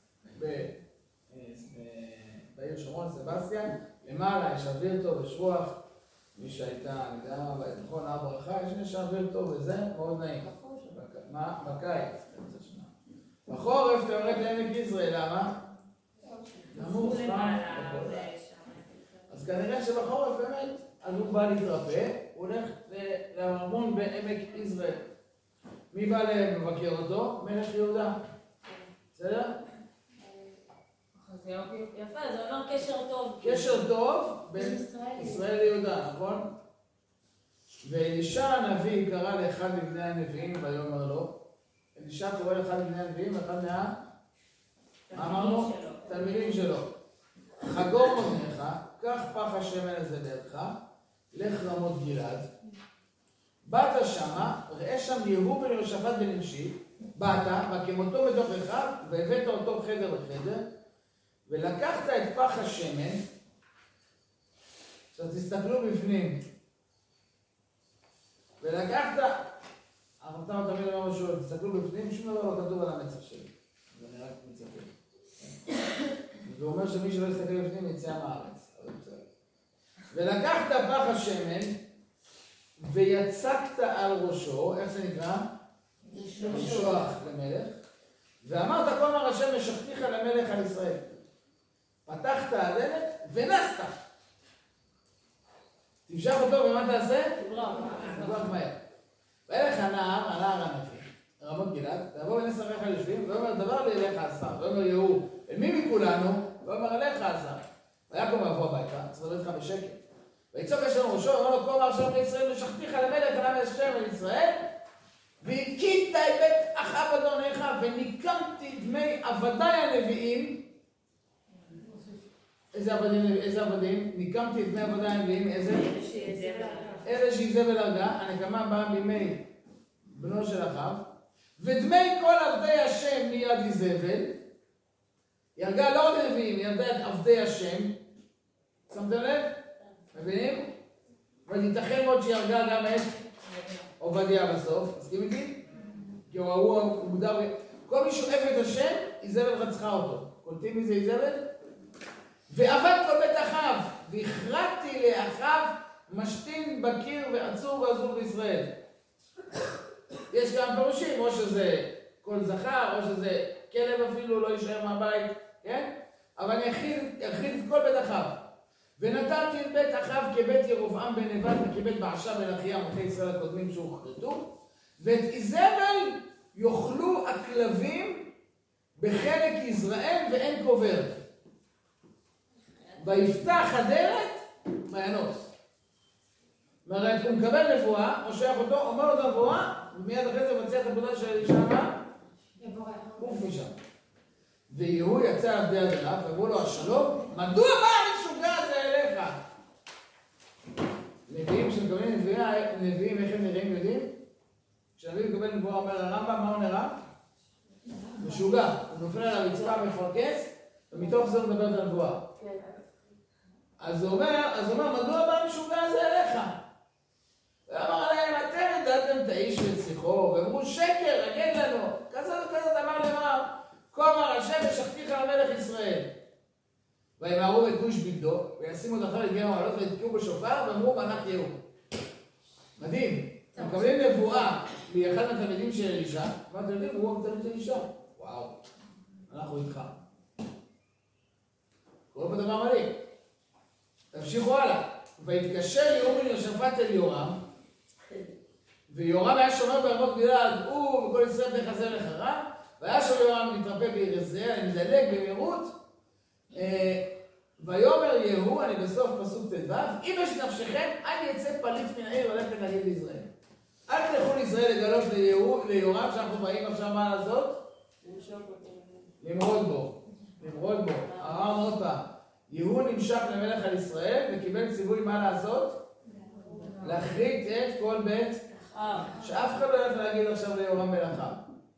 בעיר שומרון, סבסטיאן, למעלה יש אוויר טוב, יש רוח, מי שהייתה, אני יודע מה, נכון, הר ברכה, יש אוויר טוב וזה מאוד נעים. מה? בקיץ, בחורף אתה יורד לעמק יזרעאל, למה? נמוך, אז כנראה שבחורף באמת, אז הוא בא להתרפא, הוא הולך לארמון בעמק יזרעאל. מי בא לבקר אותו? מלך יהודה. בסדר? יפה, זה אומר קשר טוב. קשר טוב בין ישראל ליהודה, נכון? ואלישע הנביא קרא לאחד מבני הנביאים ויאמר לו, אלישע קורא לאחד מבני הנביאים, אחד מה אמרנו? תלמידים שלו. חגור אוזניך, קח פח השמן הזה לידך, לך רמות גלעד. באת שמה, ראה שם יהוא בן יהושפט בן נמשי, באת, וכמותו בתוך אחד, והבאת אותו חדר בחדר, ולקחת את פח השמן, עכשיו תסתכלו בפנים, ולקחת, הרמב"ם תמיד אומר משהו, תסתכלו בפנים, שום דבר לא כתוב על המצח שלי. אז אני רק מצפה. והוא אומר שמי שלא יסתכל בפנים יצא מהארץ. ולקחת פח השמן, ויצקת על ראשו, איך זה נקרא? לשלוח למלך, ואמרת כל אמר השם משכתיך למלך על ישראל. פתחת הדלת ונסת. תמשך אותו ומה תעשה? תברח מהר. וילך הנער הנביא, רמות גלעד, תבוא ונס עליך יושבים, ואומר דבר לי אליך השר, ואומר יהוא, אל מי מכולנו? ואומר אליך השר. ויקום יבוא הביתה, צריך לדבר איתך בשקט. ויצוק אש על ראשו, ואומר לו כל אמר השם לישראל משכתיך למלך על עם השם לישראל, והכית את בית אחאב אדונך, וניקמתי דמי עבדיי הנביאים. איזה עבדים? ניקמתי את דמי עבדיי הנביאים, איזה? אלה שאיזבל הרגה, הנקמה באה מימי בנו של אחאב, ודמי כל עבדי השם מיד איזבל, היא הרגה לא עוד נביאים, היא הרגה את עבדי השם, שמתם לב? מבינים? ותיתכן מאוד שהיא הרגה גם את עובדיה בסוף, מסכים איתי? כי הוא מוגדר, כל מי שואף את השם, איזבל רצחה אותו. קולטים מזה איזבל? ועבד כל בית אחאב, והכרתי לאחאב משתין בקיר ועצור ועזור בישראל. יש גם פירושים, או שזה כל זכר, או שזה כלב אפילו לא יישאר מהבית, כן? אבל אני אכריד את כל בית אחאב. ונתתי את בית אחאב כבית ירבעם בן נבט וכבית בעשה בן אחיה מלכי ישראל הקודמים שהוכרתו, ואת איזבל יאכלו הכלבים בחלק יזרעאל ואין קובר. ויפתח הדלת וינוס. זאת אומרת, הוא מקבל נבואה, מושך אותו, אומר לו את הנבואה, ומיד אחרי זה מציע את הנקודה של אלישע מה? עוף משם. ויהוא יצא עבדי אדוניו, ואמרו לו השלום, מדוע בא המשוגע הזה אליך? נביאים שמקבלים נביאים, איך הם נראים יודעים? כשנביא מקבל נבואה אומר הרמב"ם, מה הוא נראה? משוגע, הוא נופל על הרצפה מפרקס, ומתוך זה הוא מדבר את הנבואה. אז הוא אומר, מדוע בא המשוגע הזה אליך? ואמר להם, אתם ידעתם את האיש ושיחו, ואמרו שקר, הגד לנו. כזאת אמר למה, כה אמר השם ושכתיך למלך ישראל. וימהרו את גוש בגדו, וישימו תחתיו את גרם המעלות ויתקעו בשופר, ואמרו מלאך יהוא. מדהים, הם מקבלים נבואה מאחד מהתלמידים של אלישע, ואתם יודעים, הוא התלמיד של אלישע. וואו, אנחנו איתך. קורא פה דבר מדהים. תמשיכו הלאה. ויתקשר יהוא בן יהושפט אל יורם, ויורם היה שומר ברמות גלעד, הוא וכל ישראל תחזר לחרם, והיה שם יורם מתרפא בירזיה, אני מדלג במהירות, ויאמר יהוא, אני בסוף פסוק ט"ו, אם יש נפשכם, אל יצא פליט מן העיר והולך להגיד לישראל. אל תלכו לישראל לגלות ליורם שאנחנו באים עכשיו מה לעשות? למרוד בו. אמרנו עוד פעם, יהוא נמשך למלך על ישראל וקיבל ציווי מה לעשות? להחריט את כל בית שאף אחד לא הולך להגיד עכשיו ליורם מלאכה.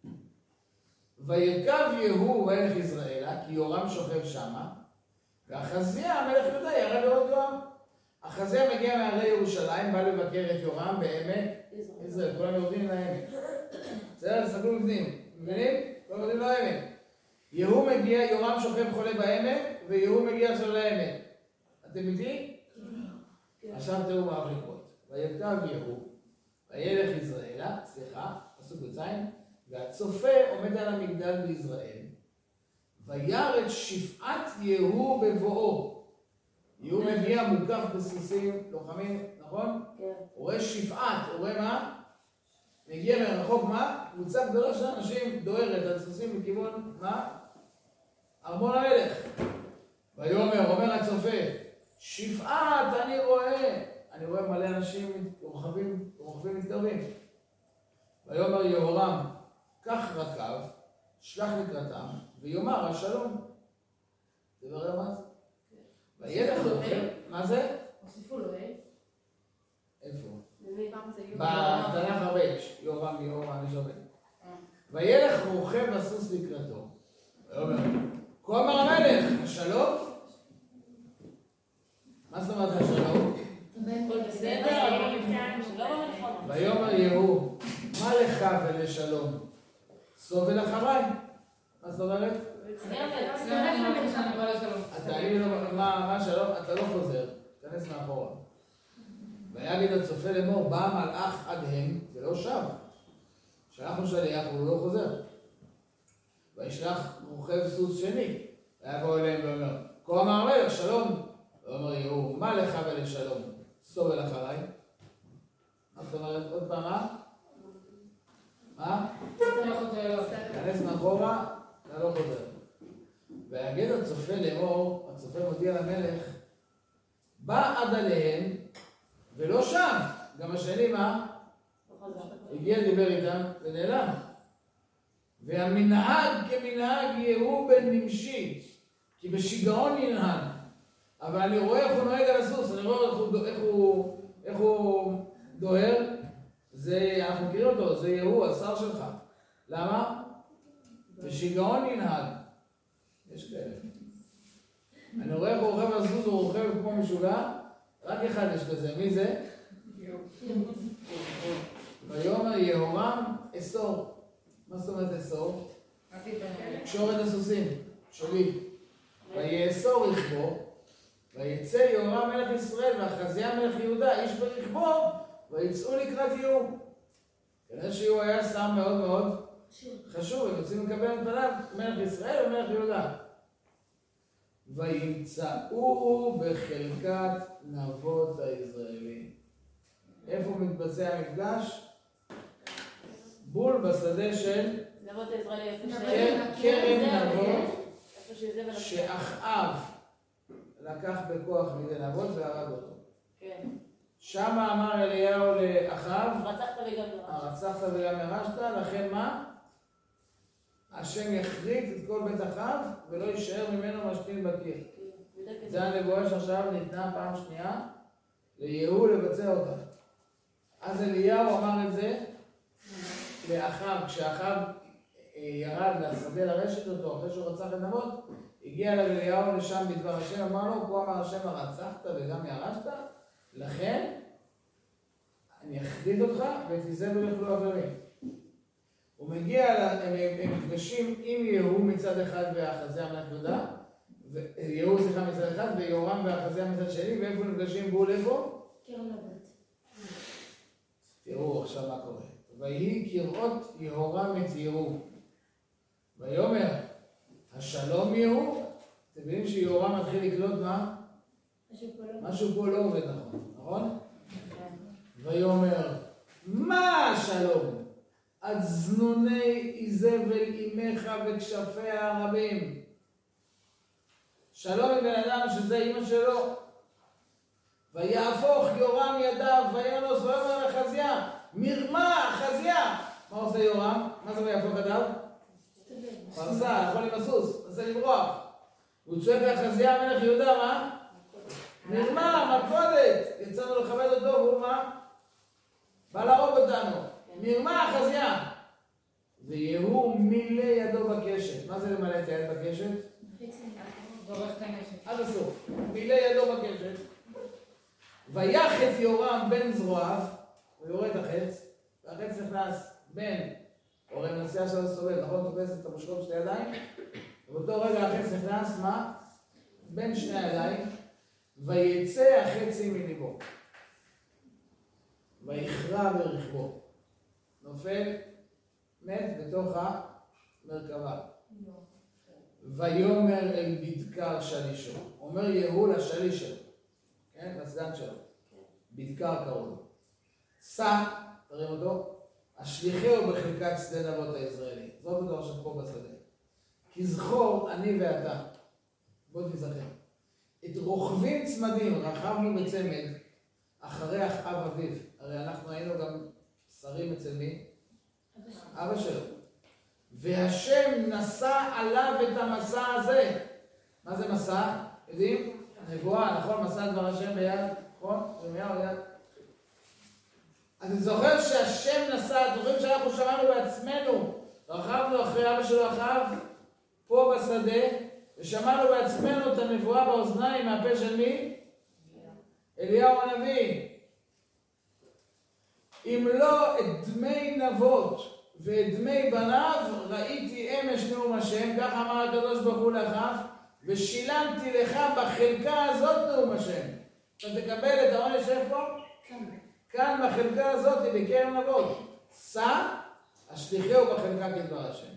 וירכב יהוא מלך יזרעאלה, כי יורם שוכב שמה, ואחזיה המלך יהודה ירד לראות יורם. אחזיה מגיע מהרי ירושלים, בא לבקר את יורם בעמק יזרעאל, כולם יורדים לעמק. בסדר, תסתכלו בפנים, מבינים? כולם יורדים לעמק. יהוא מגיע, יורם שוכב חולה בעמק, ויהוא מגיע עכשיו לעמק. אתם איתי? עכשיו תראו מה הולך לקרות. וירכב יהוא, וילך יזרעאלה, פסוק ב', והצופה עומד על המגדל ביזרעאל, וירא את שפעת יהוא בבואו. יהוא מגיע מוקף בסוסים, לוחמים, נכון? כן. הוא רואה שפעת, הוא רואה מה? מגיע מרחוק מה? קבוצה גדולה של אנשים דוהרת על סוסים לכיוון מה? ארמון המלך. אומר הצופה, שפעת אני רואה מלא אנשים רוכבים מתקרבים. ויאמר יהורם, קח רכב, שלח לקראתם, ויאמר השלום. זה ברר מה זה? וילך רוכב, מה זה? הוסיפו לו, איפה? בתנ"ך הרבה יש, יהורם, אני שומע. וילך רוכב הסוס לקראתו. ויאמר, כה אמר המלך, השלום? מה זאת אומרת השלום? ויאמר יהוא, מה לך ולשלום? סובל אחריי. מה זאת אומרת? מה שלום? אתה לא חוזר, תכנס מאחורה. ויגיד הצופה לאמור, בא מלאך עד הם ולא שב. שלחנו שליח והוא לא חוזר. וישלח רוכב סוס שני. ויבוא אליהם ואומר, כה אמר המלך, שלום. ואומר יהוא, מה לך ולשלום? סובל אחריי. מה זאת אומרת? עוד פעם מה? מה? תכנס מאחורה, אתה לא חוזר. ויגיד הצופה לאמור, הצופה מודיע למלך, בא עד עליהם ולא שם. גם השני מה? הגיע דיבר איתם ונעלם. והמנהג כמנהג יהוא בן נמשי, כי בשיגעון ינהג. אבל אני רואה איך הוא נוהג על הסוס, אני רואה איך הוא דוהר. אנחנו מכירים אותו, זה יהוא, השר שלך. למה? בשיגעון ינהג. יש כאלה. אני רואה איך הוא רוכב על הסוס, הוא רוכב כמו משוגע. רק אחד יש כזה, מי זה? ויאמר יהורם אסור. מה זאת אומרת אסור? קשור את הסוסים, שלי. ויאסור רכבו, ויצא יהורם מלך ישראל ואחזיה מלך יהודה, איש ברכבו, ויצאו לקראת יהוא. כנראה שיהוא היה שר מאוד מאוד חשוב, הם יוצאים לקבל את פניו מלך ישראל ומלך יהודה. וימצאו בחלקת נבות הישראלים. איפה מתבצע המפגש? בול בשדה של כרם נבות, שאחאב לקח בכוח מידי נבות והרג אותו. שם אמר אליהו לאחאב, רצחת וגם ירשת, לכן מה? השם יחריט את כל בית אחאב ולא יישאר ממנו משתין בקיר. זה הנבואה שעכשיו ניתנה פעם שנייה ליהוא לבצע אותה. אז אליהו אמר את זה לאחאב, כשאחאב ירד לשדה לרשת אותו אחרי שהוא רצח את נבות, הגיע אליהו לשם בדבר השם, אמר לו, כה אמר השם הרצחת וגם ירשת, לכן אני אחריד אותך ואת איזבל יאכלו עברים. הוא מגיע, הם נפגשים עם יהוא מצד אחד ואחזיה מלך יהודה, יהוא שיחה מצד אחד ויורם ואחזיה מצד שני, ואיפה נפגשים בול איפה? קרן נבות. תראו עכשיו מה קורה. ויהי כראות יהורם את יהוא. ויאמר, השלום יהוא. אתם מבינים שיהורם מתחיל לקלוט מה? משהו פה לא עובד נכון? ויאמר, מה השלום? עד זנוני איזבל אימך וכשפיה הרבים. שלום עם בן אדם שזה אמא שלו. ויהפוך יורם ידיו וינוס ויאמר לחזיה, מרמה חזיה. מה עושה יורם? מה זה ויהפוך ידיו? פרסה, יכול עם הסוס, נסה לברוח. הוא צועק לחזיה מלך יהודה, מה? מרמה, מלכודת. יצאנו לכבד אותו והוא מה? בא להרוג אותנו. מרמה חזיה. ויהוא מילא ידו בקשת. מה זה למלא את היד בקשת? עד הסוף. מילא ידו בקשת. ויחץ יורם בין זרועיו, הוא יורד החץ, והחץ נכנס בין, הרי מנסה עכשיו לסובב, נכון? תופס את המושכות שתי ידיים, ובאותו רגע החץ נכנס, מה? בין שני הידיים, ויצא החצי מליבו, ויכרע ברכבו, נופל, מת בתוך המרכבה. ויאמר אל בדקר שלישו, אומר יהוא לשליש שלו, כן? לסגן שלו, בדקר קראו לו. שא, תראים אותו, השליחהו בחלקת שדה נבות הישראלי. זאת אותו עכשיו פה בשדה. כי זכור אני ואתה, בוא תזכר. את רוכבים צמדים רכבנו בצמד אחרי אחאב אביו. הרי אנחנו היינו גם שרים אצל מי? אבא שלו. והשם נשא עליו את המסע הזה. מה זה מסע? יודעים? נבואה, נכון? מסע דבר השם ביד, נכון? ירמיהו יד. אז אני זוכר שהשם נשא, זוכרים שאנחנו שמענו בעצמנו, רכבנו אחרי אבא שלו אחאב, פה בשדה, ושמענו בעצמנו את הנבואה באוזניים מהפה של מי? אליהו הנביא. אם לא את דמי נבות ואת דמי בניו ראיתי אמש נאום השם, כך אמר הקדוש ברוך הוא לאחאב, ושילמתי לך בחלקה הזאת נאום השם. אתה תקבל את העונש איפה? כאן בחלקה הזאת בכרם נבות. שא, השליחהו בחלקה כדבר השם.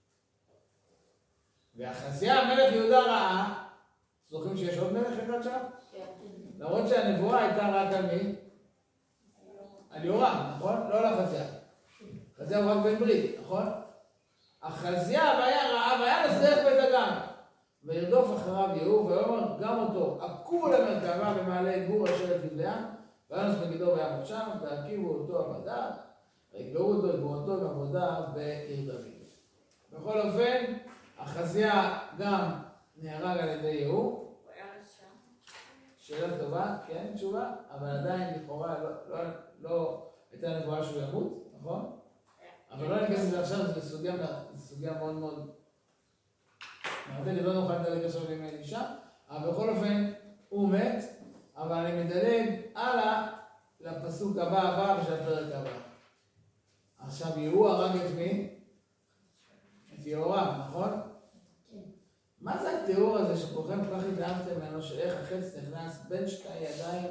ואחזיה מלך יהודה ראה, זוכרים שיש עוד מלך אחד שם? למרות שהנבואה הייתה רק על מי? על יורם, נכון? לא על אחזיה. אחזיה הוא רק בן ברית, נכון? אחזיה והיה רעה והיה לסדרך בית הגן. וירדוף אחריו יהוא ויאמר גם אותו, עקו למרכבה במעלה גור אשר את לבלעם, וינוס מגידו ויעמוד שם, והרכיבו אותו עבדיו, ויקברו אותו וגבורתו בעבודה בעיר דוד. בכל אופן, אחזיה גם נהרג על ידי יהוא. הוא היה רשע. שאלה טובה, כן, תשובה, אבל עדיין לכאורה לא הייתה נבואה שהוא ימות, נכון? אבל לא ניכנס לזה עכשיו, זו סוגיה מאוד מאוד מעטלת, לא נוכל לדלג עכשיו עם אלישע, אבל בכל אופן הוא מת, אבל אני מדלג הלאה לפסוק הבא בשביל הפרק הבא. עכשיו יהוא הרג את מי? את יהורם, נכון? מה זה התיאור הזה שכולכם כל כך התלהבתם ממנו, שאיך החץ נכנס בין שתי ידיים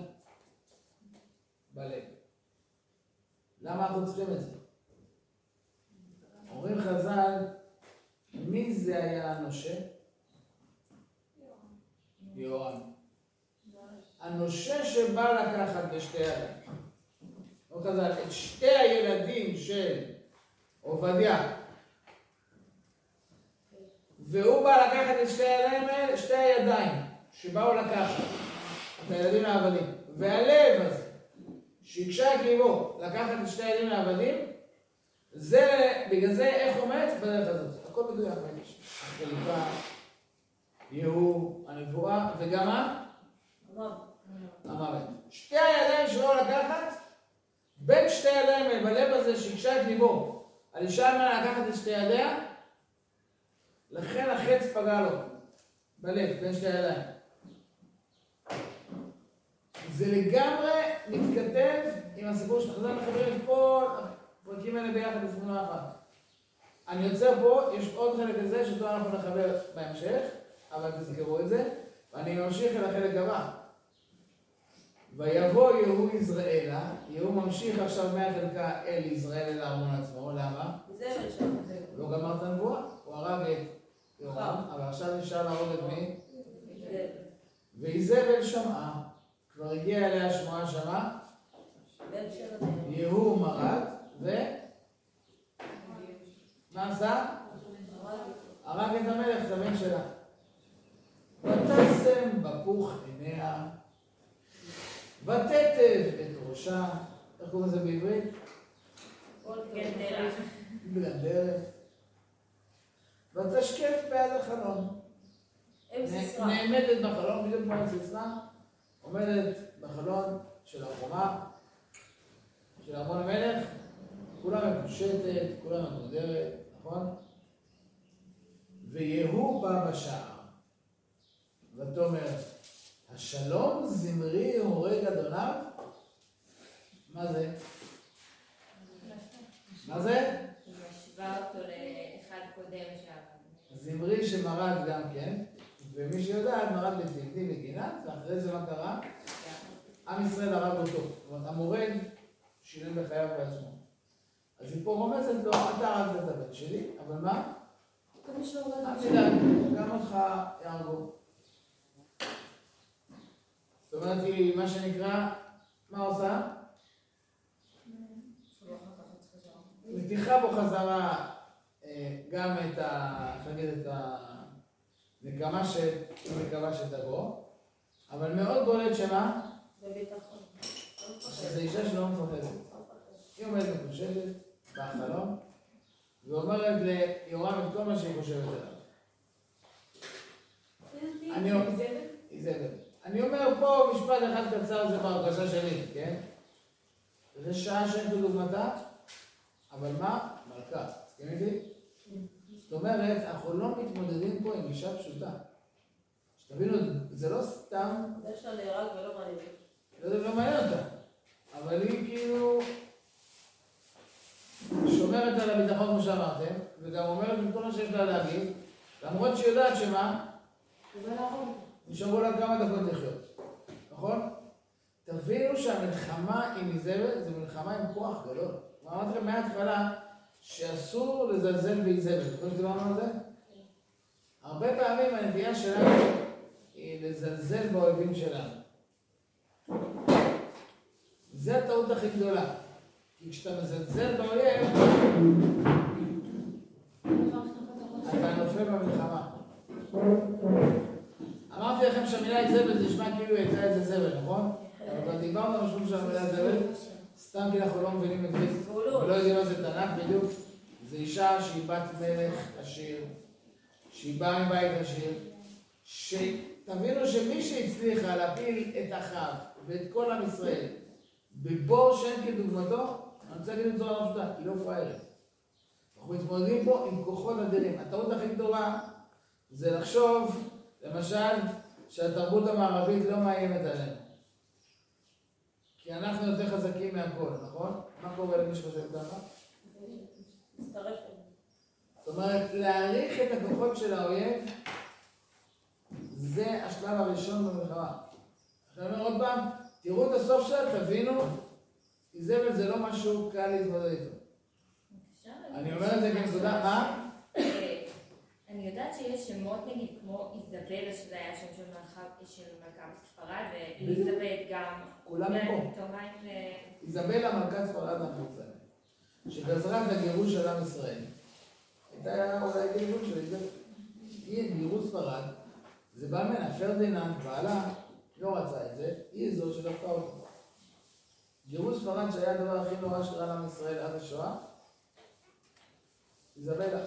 בלב? למה אנחנו צריכים את זה? אומרים חז"ל, מי זה היה הנושה? יהורם. הנושה שבא לקחת בשתי ידיים. לא חז"ל, את שתי הילדים של עובדיה. והוא בא לקחת את שתי הידיים האלה, שתי הידיים שבאו לקחת את הילדים העבדים. והלב הזה, שהקשה את ליבו לקחת את שתי הילדים העבדים, זה, בגלל זה איך הוא מת? בדרך הזאת. הכל מדויק מגיש. החלוקה, יהוא, הנבואה, וגם מה? המוות. שתי הידיים שלו לקחת, בין שתי הידיים האלה, בלב הזה שהקשה את ליבו, על אישה מה לקחת את שתי ידיה, לכן החץ פגע לו בלב, בין שתי הידיים. זה לגמרי מתכתב עם הסיפור של חז"ל, מחברים את כל הפרקים האלה ביחד בתמונה אחת. אני יוצר פה, יש עוד חלק לזה שאותו אנחנו נחבר בהמשך, אבל תזכרו את זה, ואני ממשיך אל החלק הבא. ויבוא יהוא יזרעאלה, יהוא ממשיך עכשיו מהחלקה אל יזרעאל אל הארמון עצמו, למה? איזבל שם. לא גמר את הנבואה, הוא הרג את יהורם, אבל עכשיו נשאר להרוג את מי? ואיזבל שמעה, כבר הגיע אליה שמועה שמה, יהוא מרד, מה עשה? הרג את המלך, את הבן שלה. ותשם בפוך עיניה, ותטב את ראשה, איך קוראים לזה בעברית? גלדרת. ותשקף בעד החלום. נעמדת בחלום, בדיוק כמו סיסרא, עומדת בחלון של החומה, של ארמון המלך, כולה מקושטת, כולה מקודרת, נכון? ויהוא בא בשער, ותאמר, השלום זמרי הורג אדוניו? מה זה? מה זה? היא משווה אותו לאחד קודם שם. זמרי שמרד גם כן, ומי שיודעת מרד בצמדי בגינת, ואחרי זה מה קרה? עם ישראל הרג אותו. זאת אומרת, המורד שילם בחייו בעצמו. אז היא פה רומזת לו, אתה הרגת את הבן שלי, אבל מה? גם אותך יהרגו. זאת אומרת, היא מה שנקרא, מה עושה? מתיחה בו חזרה גם את הנקמה שמקווה שתבוא, אבל מאוד בולט שמה? בביטחון. זו אישה שלא מפחדת. היא עומדת מקושטת בחלום, ואומרת ליהורם את כל מה שהיא חושבת עליו. אני אומר פה משפט אחד קצר, זה בהרגשה שלי, כן? זה שעה שאין כדוגמתה, אבל מה? מלכה. תסכים איתי? זאת אומרת, אנחנו לא מתמודדים פה עם אישה פשוטה. שתבינו, זה לא סתם... זה שלה נהרג ולא מעניין. לא מעניין אותה. אבל היא כאילו שומרת על הביטחון כמו שאמרתם, וגם אומרת את כל מה שיש לה להגיד, למרות שהיא יודעת שמה? נשארו לה כמה דקות לחיות. נכון? תבינו שהמלחמה עם איזבל זה מלחמה עם כוח גדול. אמרתי לכם מההתחלה שאסור לזלזל באיזבל. אתם דיברנו על זה? הרבה פעמים הנטייה שלנו היא לזלזל באויבים שלנו. זה הטעות הכי גדולה. כי כשאתה מזלזל באויב, אתה נופל במלחמה. אמרתי לכם שהמילה איזבל זה נשמע כאילו היא הייתה איזה זבל, נכון? אבל דיברנו על משהו של המילה זבל, סתם כי אנחנו לא מבינים את זה, ולא יודעים מה זה תנ"ך בדיוק. זה אישה שהיא בת מלך עשיר, שהיא באה מבית עשיר, שתבינו שמי שהצליחה להפיל את אחאב ואת כל עם ישראל בבור שאין כדוגמתו, אני רוצה להגיד בצורה לא פשוטה, היא לא פראיירת. אנחנו מתמודדים פה עם כוחות אדירים. הטעות הכי גדולה זה לחשוב, למשל, שהתרבות המערבית לא מאיימת עלינו. כי אנחנו יותר חזקים מהכל, נכון? מה קורה למי שחושב ככה? מצטרף. זאת אומרת, להעריך את הכוחות של האויב, זה השלב הראשון במלחמה. עכשיו אני אומר עוד פעם, תראו את הסוף שלה, תבינו, איזבל זה לא משהו קל להתמודד איתו. אני אומר את זה כנקודה, מה? אני יודעת שיש שמות נגיד כמו איזבל, שזה היה שם של מלכה בספרד, ואליזבת גם. כולם פה. איזבל המלכת ספרד המפורסמת, שגזרה את הגירוש של עם ישראל. הייתה אולי גירוש של איזבל. היא גירוש ספרד, זה בא ממנה, פרדיננד, בעלה, לא רצה את זה, היא זאת שדפקה אותו. גירוש ספרד שהיה הדבר הכי נורא שקרה לעם ישראל עד השואה, איזבלה.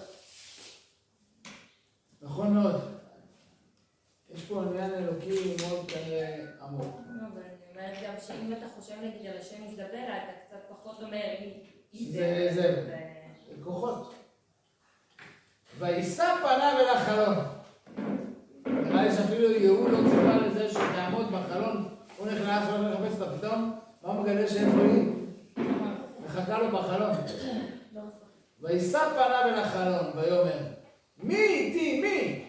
נכון מאוד. יש פה עניין אלוקי מאוד כנראה עמוק. אבל אני אומרת גם שאם אתה חושב נגיד על השם איזבלה, אתה קצת פחות אומר זה כוחות. וישא פניו אל החלון. נראה לי שאפילו יהוד לא ציפה לזה שתעמוד בחלון, הוא נכנס והולך לחפש אותה, פתאום מה הוא מגלה שאיפה היא? מחכה לו בחלון. וישא פניו אל החלון ויאמר, מי איתי? מי?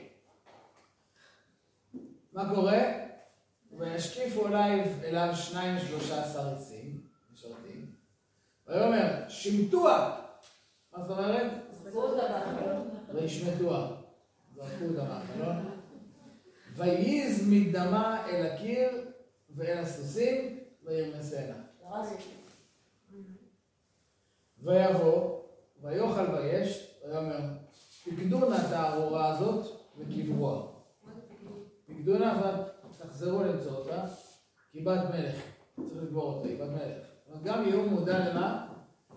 מה קורה? וישקיפו אליו 2-3 עצים משרתים, ויאמר, שמטוה. מה זאת אומרת? וישמטוה. זרקו אותה מהחלון. וייז מדמה אל הקיר ואל הסוסים וירמסנה. ויבוא ויאכל וישת, ויאמר, פקדו נא את הארורה הזאת וקברוה. פקדו נא ותחזרו למצוא אותה, כי בת מלך. צריך לקבור אותה, היא בת מלך. גם יהוא מודע למה?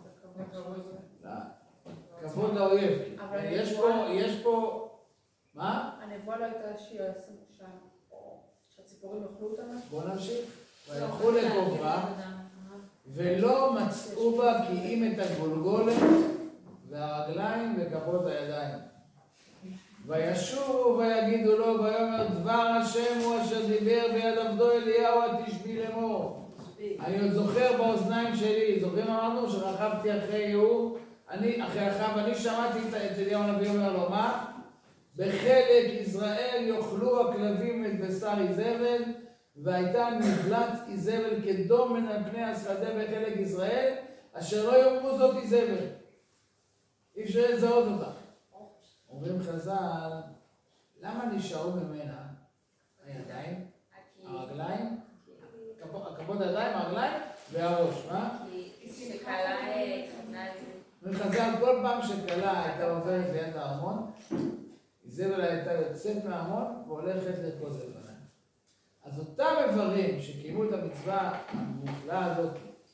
כבוד לאויב. יש פה... מה? הנבואה לא הייתה שיעשו שם, שהציפורים יאכלו אותה? בואו נמשיך. וילכו לקוברה, ולא מצאו בה כי אם את הגולגולת והרגליים וכפות הידיים. וישובו ויגידו לו, ויאמר דבר השם הוא אשר דיבר ביד עבדו אליהו התשבי לאמור. אני עוד זוכר באוזניים שלי, זוכרים אמרנו שרכבתי אחרי יהוא, אחרי אחאב, אני שמעתי את אליהו הנביא אומר לו, מה? בחלק ישראל יאכלו הכלבים את בשר איזבל, והייתה נבלת איזבל כדום מן על פני השדה בחלק ישראל, אשר לא יאמרו זאת איזבל. אי אפשר לזהות אותה. אומרים חז"ל, למה נשארו ממנה הידיים, הרגליים, כפות הידיים, הרגליים והראש, מה? כי קלה התחתנה את זה. חז"ל, כל פעם שקלה הייתה עוברת ליד הארמון, איזבל הייתה יוצאת מהארמון והולכת לרקוד לפניה. אז אותם איברים שקיימו את המצווה המופלאה הזאת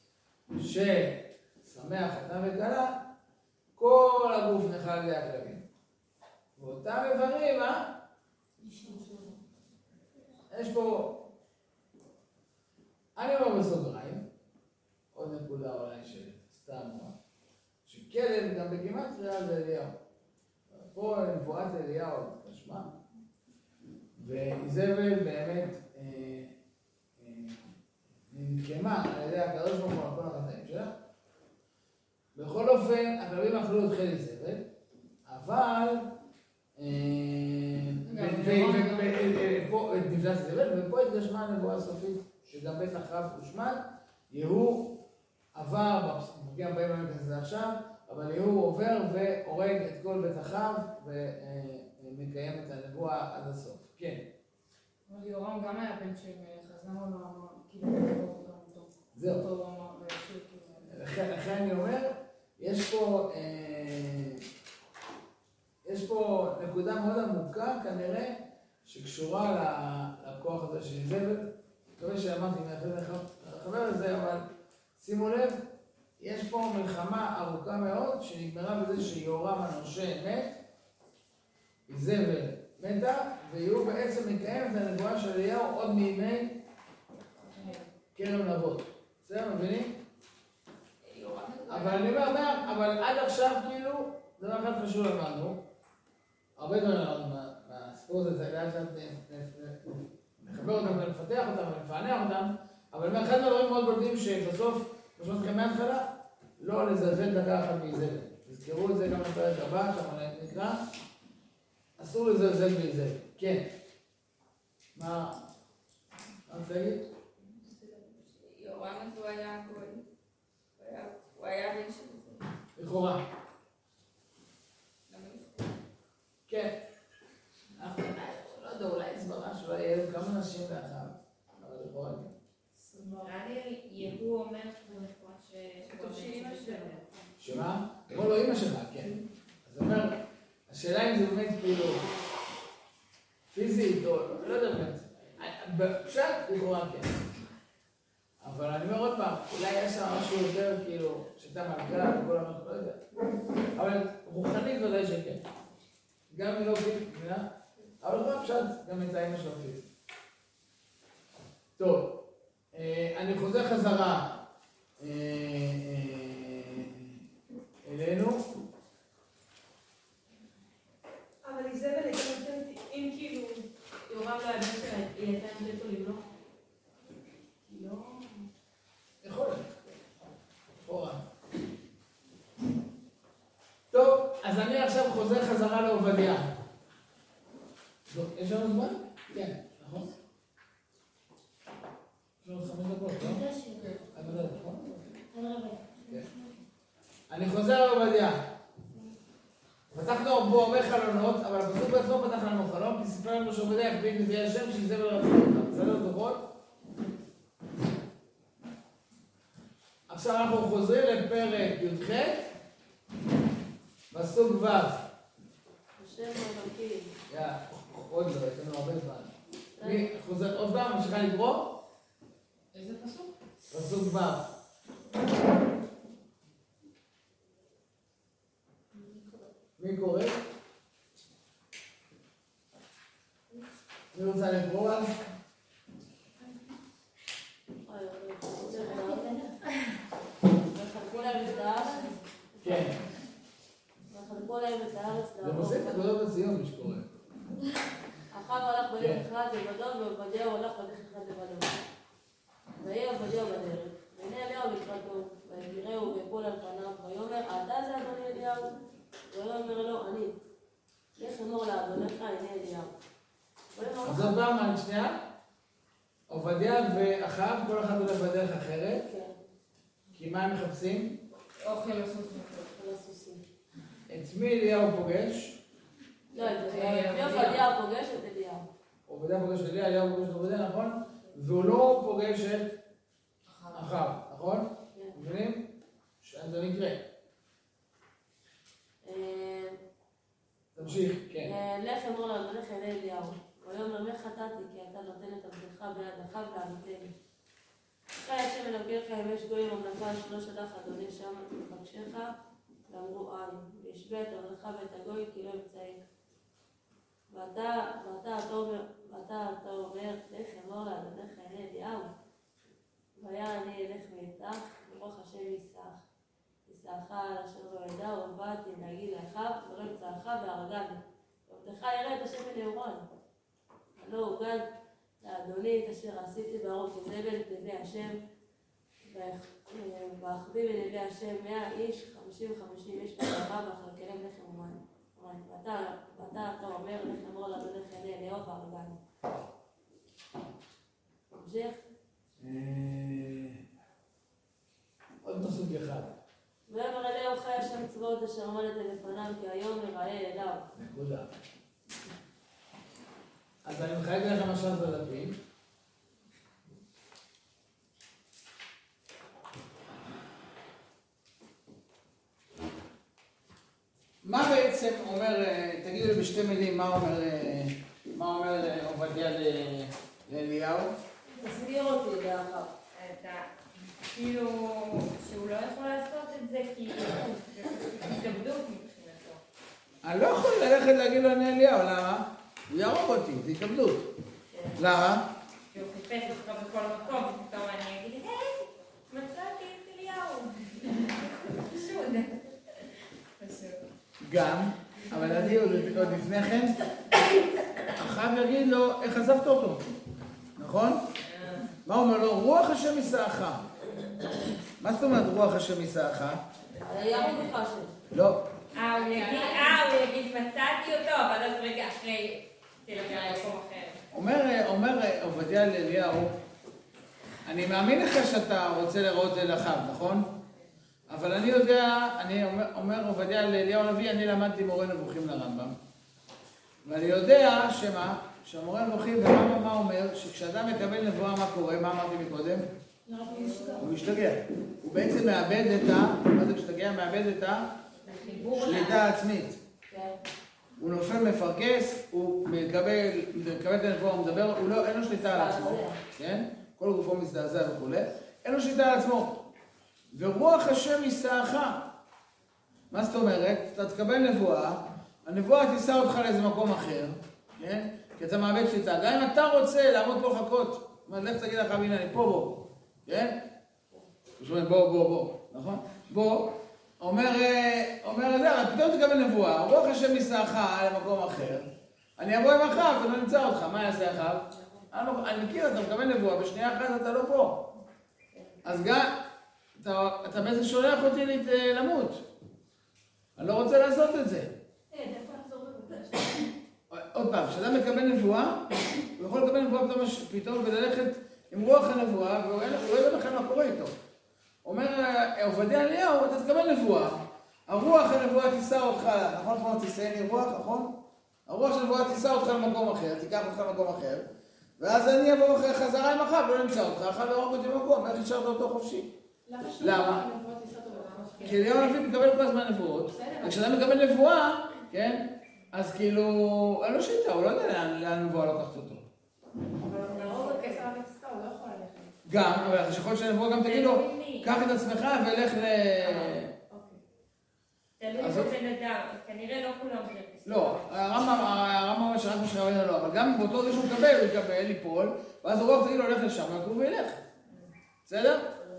ששמח חתן וכלה, כל הגוף נחל על ידי הכלבים. ואותם איברים, יש פה, אני אומר בסוגריים, עוד נקודה אולי שסתם שכלב גם בגימטריה זה אליהו. פה נבואת אליהו תשמע, ואיזבל באמת ננקמה על ידי הקדוש ברוך הוא על כל החטאים שלה. בכל אופן, הכלבים אכלו את חיל איזבל, אבל את נפלת איזבל, ופה התגשמה הנבואה הסופית שגם בית אחאב הושמד. יהוא עבר, גם באים לנו כזה עכשיו, אבל יהוא עובר והורג את כל בית אחאב ומקיים את הנבואה עד הסוף. כן. אבל יורם גם היה בן של מלך, אז למה לא אמר, כאילו, זהו. לכן אני אומר, יש פה נקודה מאוד עמוקה כנראה שקשורה לכוח הזה של איזבל. מקווה שאמרתי, אני אחבר לזה, אבל שימו לב, יש פה מלחמה ארוכה מאוד שנגמרה בזה שיורם הנושה מת, איזבל מתה, ויהוא בעצם מקיים את הנבואה של אליהו עוד מימי כרם נבות. בסדר, מבינים? אבל אני אומר, אבל עד עכשיו כאילו, דבר אחד חשוב למדנו, הרבה דברים למדנו מהסיפור הזה, לאט לאט נחבר אותם ונפתח אותם ונפענח אותם, אבל אחד מהדברים מאוד בולטים שבסוף, פשוט לכם מההתחלה, לא לזלזל דקה אחת מאיזבל. תזכרו את זה גם בפרק הבא, שם נקרא, אסור לזלזל באיזבל. כן. מה רוצה להגיד? יורם אז הוא היה הכל. הוא היה בן של זה. לכאורה. כן. לא יודע, אולי הסברה שלא יהיו כמה נשים לאחר, אבל לכאורה כן. נראה לי יהוא אומר שהוא נכון שאימא שלו. שמה? אמרו לו אמא שלך, כן. אז הוא אומר, השאלה אם זה באמת כאילו פיזית או לא יודע באמת. בפשט לכאורה כן. אבל אני אומר עוד פעם, אולי יש שם משהו יותר כאילו, שאתה מלכה וכל המלכה, לא יודע. אבל רוחנית ודאי שכן. גם אם לא פיזית, מבינה? אבל לא פשט גם את האמא שלו פיזית. טוב, אני חוזר חזרה אלינו. חוזר חזרה לעובדיה. יש לנו זמן? כן, נכון? יש לנו 5 דקות, לא? עד מתי, נכון? אני חוזר לעובדיה. פתחנו בו הרבה חלונות, אבל הפסוק בעצמו פתח לנו חלון, כי סיפר לנו שעובדיה הקפיד נביאי השם שיזבל ורצו אותם. בסדר, דוחות? עכשיו אנחנו חוזרים לפרק י"ח, פסוק ו'. השם אלוקים. עוד לא, יש לנו הרבה זמן. מי חוזר עוד פעם, ממשיכה לקרוא? איזה פסוק? פסוק ו'. מי קורא? מי רוצה לקרוא אז? וחלקו להם את הארץ. כן. וחלקו להם את הארץ. זה עושה את הגדולות בציון, מי שקורא. אחאב הלך בדרך אחד לבדו, ועובדיה הלך בדרך אחד לבדו. ויהי עובדיה בדרך, והנה אליהו לקראתו, ויראהו ויפול על פניו, ויאמר, אתה זה אדוני אליהו? ויאמר לו, אני. לך אמור לאדונך, הנה אליהו. אז עוד פעם, על שנייה. עובדיה ואחאב, כל אחד הולך בדרך אחרת. כן. כי מה הם מחפשים? אוכל לסוסים. את מי אליהו פוגש? לא, עובדיה פוגש את אליהו. עובדיה פוגש את אליהו, אליהו פוגש את עובדיה, נכון? והוא לא פוגש את אחאב, נכון? מבינים? שזה מקרה. תמשיך, כן. לך אמור לאדונך הנה אליהו. ויאמר מה חטאתי כי אתה נותן את עבדך ביד אחיו לעמיתני. אחרי השם אלוקיך אם יש גויים המלכה שלא שלח אדוני שם מבקשך ואמרו אין וישבה את עבדך ואת הגוי כי לא ימצאיך. ואתה אומר לך אמור לאדונך הנה אליהו. והיה אני אלך מאיתך ברוך השם יישאך על אשר לא ידע ובאתי להגיד לאחיו ולא ימצאך והרגני. ועבדך יראה את השם מנעורי. הלא הוגד לאדוני את אשר עשיתי בערוב כזבל את נביא השם ואחבי בנביא השם 100 איש 50 איש בקרבה ואחלקלם לחם ומים. ואתה אומר לך אמור לאדונך הנה אליהו והרגני. תמשיך? עוד פסוק אחד. ויאמר אליהו חי השם צבאות אשר עמדתם לפניו כי היום יראה אליו. נקודה. אז אני מחייג לכם עכשיו בדפים. מה בעצם אומר, תגידו לי בשתי מילים, מה אומר עובדיה לאליהו? תסביר אותי לאחר. כאילו שהוא לא יכול לעשות את זה כי זה התאבדות מבחינתו. אני לא יכול ללכת להגיד לו אני אליהו, למה? הוא יהרוג אותי, זה התאבדות. למה? כי הוא חיפש אותך בכל מקום, ופתאום אני אגיד, היי, מצאתי את אליהו. פשוט. גם, אבל אני עוד לפני כן, אחאב יגיד לו, איך עזבת אותו? נכון? מה הוא אומר לו? רוח השם יישאך. מה זאת אומרת רוח השם יישאך? יהרוג אותך השם. לא. הוא יגיד מצאתי אותו, אבל אז רגע אחרי תלך למקום אחר. אומר עובדיה לאליהו, אני מאמין לך שאתה רוצה לראות אל אחאב, נכון? אבל אני יודע, אומר עובדיה לאליהו הנביא, אני למדתי מורה נבוכים לרמב"ם. ואני יודע שמה? שהמורה נבוכים, ומה אומר? שכשאדם מקבל נבואה מה קורה? מה אמרתי מקודם? הוא משתגע. הוא בעצם מאבד את מה זה משתגע? מאבד את השליטה העצמית. הוא נופל מפרכס, הוא מקבל את הנבואה, הוא מדבר, אין לו שליטה על עצמו. כן? כל גופו מזדעזע וכו'. אין לו שליטה על עצמו. ורוח השם יישאך. מה זאת אומרת? אתה תקבל נבואה, הנבואה תישא אותך לאיזה מקום אחר, כן? כי אתה מאבד שליטה. גם אם אתה רוצה לעמוד פה לחכות, זאת אומרת, לך תגיד לך, הנה, אני פה, בוא. כן? הוא שומע, בוא, נכון? בוא. אומר זה, אבל פתאום תקבל נבואה, רוח השם יישאך למקום אחר. אני אבוא עם אחאב, ולא נמצא אותך. מה יעשה אחאב? אני מכיר, אתה מקבל נבואה, בשנייה אחת אתה לא פה. אז גם, אתה בעצם שולח אותי למות. אני לא רוצה לעשות את זה. עוד פעם, כשאדם מקבל נבואה, הוא יכול לקבל נבואה פתאום וללכת עם רוח הנבואה, והוא לא יודע לכם מה קורה איתו. אומר עובדיה אליהו, אתה תקבל נבואה, הרוח הנבואה תישא אותך, נכון? כמו תישאני רוח, נכון? הרוח של נבואה תישא אותך למקום אחר, תיקח אותך למקום אחר, ואז אני אבוא חזרה עם אחאב, לא נמצא אותך, אחאב יהרוג אותי במקום, איך השארת אותו חופשי? למה? כי אליהו הנביא מקבל כל הזמן נבואות, וכשאדם מקבל נבואה, כן? אז כאילו, אין לו שיטה, הוא לא יודע לאן נבואה לוקחת אותו. אבל הרוב הכסר המצטר, הוא לא יכול ללכת. גם, אבל יכול להיות שנבואה גם תגיד לו, קח את עצמך ולך ל... תלוי בבן אדם, כנראה לא כולם חפש. לא, הרמב"ם אומר שרק משה רבינו לא, אבל גם באותו זה שהוא מקבל, הוא יקבל, ליפול, ואז הרוח תגיד לו, הולך לשם, ויקום וילך. בסדר?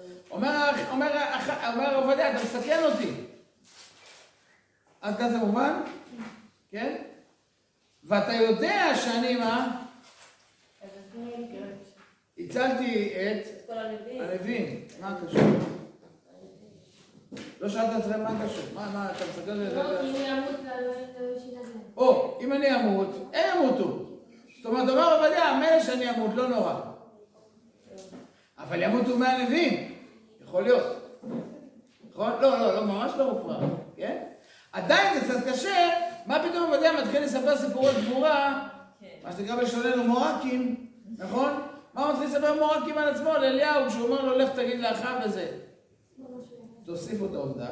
אומר עובדיה, אתה מסכן אותי. עד כאן זה מובן? כן? ואתה יודע שאני מה? הצלתי את הנביאים. מה קשור? לא שאלת את זה מה קשור. מה, אתה מסתכל על זה? לא, אם הוא ימות, לא שינה זה. או, אם אני אמות, הם ימותו. זאת אומרת, אומר עובדיה, מילא שאני אמות, לא נורא. אבל ימותו מהנביאים. יכול להיות. נכון? לא, ממש לא מופרע. כן? עדיין זה קצת קשה, מה פתאום עובדיה מתחיל לספר סיפורי גבורה, מה שנקרא בשוננו מורקים, נכון? מה הוא מתחיל לספר מורקים על עצמו לאליהו, כשהוא אומר לו, לך תגיד לאחאב וזה. תוסיפו את העובדה,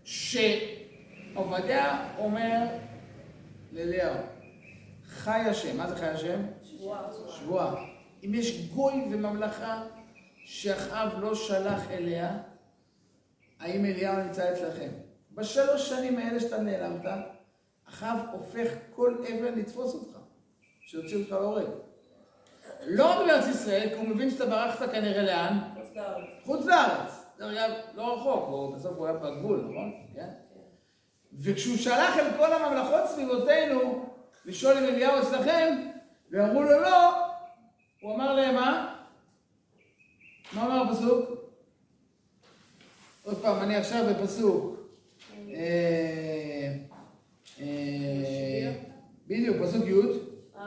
שעובדיה אומר לאליהו, חי השם, מה זה חי השם? שבועה. אם יש גוי וממלכה שאחאב לא שלח אליה, האם אליהו נמצא אצלכם? בשלוש שנים האלה שאתה נעלמת, אחאב הופך כל אבן לתפוס אותך, שיוציא אותך להורג. לא רק בארץ ישראל, כי הוא מבין שאתה ברחת כנראה לאן? חוץ לארץ. לא רחוק, בסוף הוא היה בגבול, נכון? כן? וכשהוא שלח אל כל הממלכות סביבותינו לשאול אם אליהו אצלכם, ואמרו לו לא, הוא אמר להם מה? מה אמר הפסוק? עוד פעם, אני עכשיו בפסוק. בדיוק, פסוק י'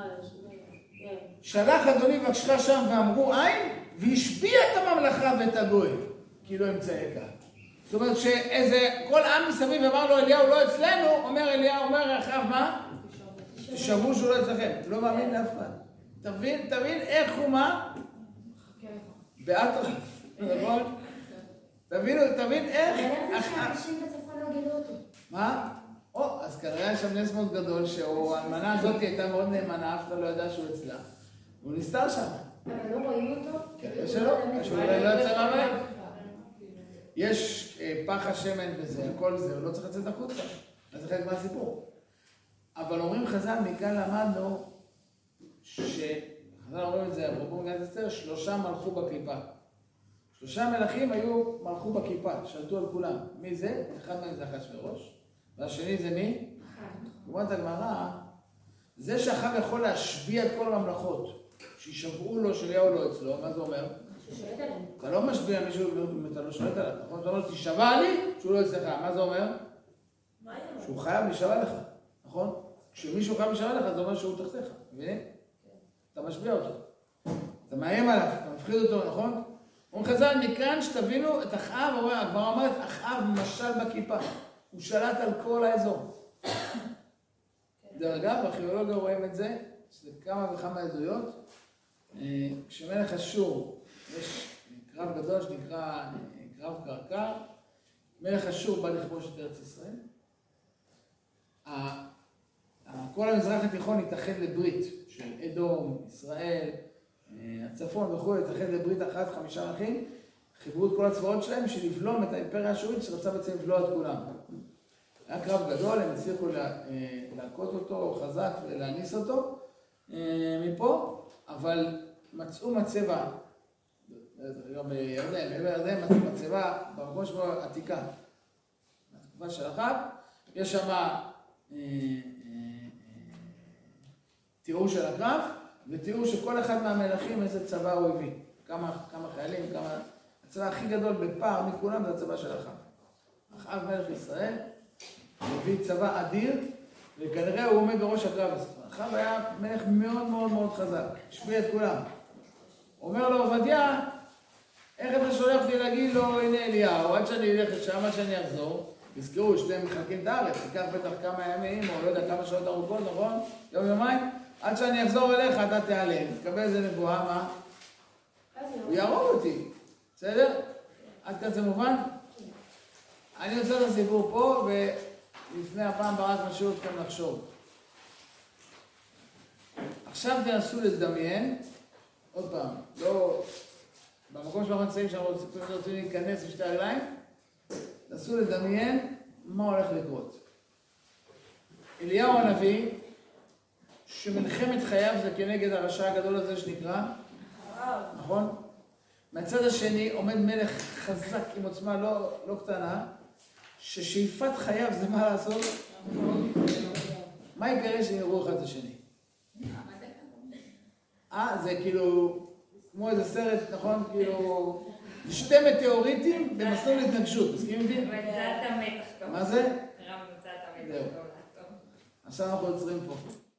שלח אדוני בקשך שם ואמרו אין, והשביע את הממלכה ואת הגוי, כי לא אמצעי כאן. זאת אומרת שאיזה, כל עם מסביב אמר לו אליהו לא אצלנו, אומר אליהו, אומר אחאב מה? תשבו שהוא לא אצלכם. לא מאמין לאף אחד. תבין איך הוא מה? באטרף, נכון? תבין איך... איך זה שהאנשים בצפון לא גילו אותו? מה? אז כנראה היה שם נס מאוד גדול, שהאלמנה הזאת הייתה מאוד נאמנה, אף אחד לא ידע שהוא אצלה. הוא נסתר שם. אבל לא רואים אותו? כנראה שלא, שהוא לא יצא מהבית. יש פח השמן וזה, הכל זה, הוא לא צריך לצאת החוצה. אז זה חלק מהסיפור. אבל אומרים חז"ל, מכאן למדנו, חז"ל אומרים את זה, אפרופו מגילת אסתר, 3 מלכו בקליפה. 3 מלכים מלכו בכיפה, שלטו על כולם. מי זה? אחד מהם זה אחשוורוש. והשני זה מי? אומרת הגמרא, זה שאחאב יכול להשביע את כל הממלכות, שישבעו לו שאליהו לא אצלו, מה זה אומר? ששולט עליהם. אתה לא משביע מישהו אם אתה לא שולט עליו, נכון? אתה אומר, תשבע לי שהוא לא אצלך, מה זה אומר? שהוא חייב להישבע לך, נכון? כשמישהו חייב להישבע לך, זה אומר שהוא תחתיך, מבינים? אתה משביע אותו, אתה מאיים עליו, אתה מפחיד אותו, נכון? אומרים חז"ל, מכאן שתבינו את אחאב, הגמרא אומרת, אחאב משל בכיפה, הוא שלט על כל האזור. דרך אגב, הארכיאולוגיה רואים את זה, שזה כמה וכמה עדויות. כשמלך אשור, יש קרב גדול שנקרא קרב קרקר, מלך אשור בא לכבוש את ארץ ישראל. כל המזרח התיכון התאחד לברית של אדום, ישראל, הצפון וכו', התאחד לברית אחת, 5 מלכים, חיברו את כל הצבאות שלהם בשביל לבלום את האימפריה האשורית שרצה בעצם לבלוע את כולם. היה קרב גדול, הם הצליחו להכות אותו חזק ולהניס אותו מפה, אבל מצאו מצבה, גם בירדן מצאו מצבה במקום שבו עתיקה. בתקופה של אחאב, יש שם תיאור של הקרב, ותיאור שכל אחד מהמלכים איזה צבא הוא הביא. כמה חיילים, הצבא הכי גדול בפער מכולם זה הצבא של אחאב. אחאב מלך ישראל, הביא צבא אדיר, וכנראה הוא עומד בראש הקרב. אחאב היה מלך מאוד מאוד מאוד חזק, השפיע את כולם. אומר לו עובדיה, איך אתה שולח אותי להגיד לו, הנה אליהו, עד שאני אלך לשם, עד שאני אחזור, תזכרו, שאתם מחלקים את הארץ, תיקח בטח כמה ימים, או לא יודע כמה שעות ארוכות, נכון? יום יומיים, עד שאני אחזור אליך, אתה תיעלם, תקבל איזה נבואה, מה? הוא יהרוג אותי, בסדר? עד כאן זה מובן? אני עושה את הסיפור פה, ולפני הפעם ברק משאיר אתכם לחשוב. עכשיו תנסו לדמיין, עוד פעם, לא... במקום שאנחנו נמצאים שאנחנו רוצים להיכנס בשתי הרגליים, תנסו לדמיין מה הולך לקרות. אליהו הנביא, שמלחמת חייו זה כנגד הרשע הגדול הזה שנקרא, נכון? מהצד השני עומד מלך חזק עם עוצמה לא קטנה, ששאיפת חייו זה מה לעשות? מה יקרה שיראו אחד את השני? זה כאילו, כמו איזה סרט, נכון? כאילו, שתי מטאוריטים במסלול התנגשות, מסכים איתי? מצאת המתח טוב. מה זה? רם מצאת המתח טוב. עכשיו אנחנו עוצרים פה.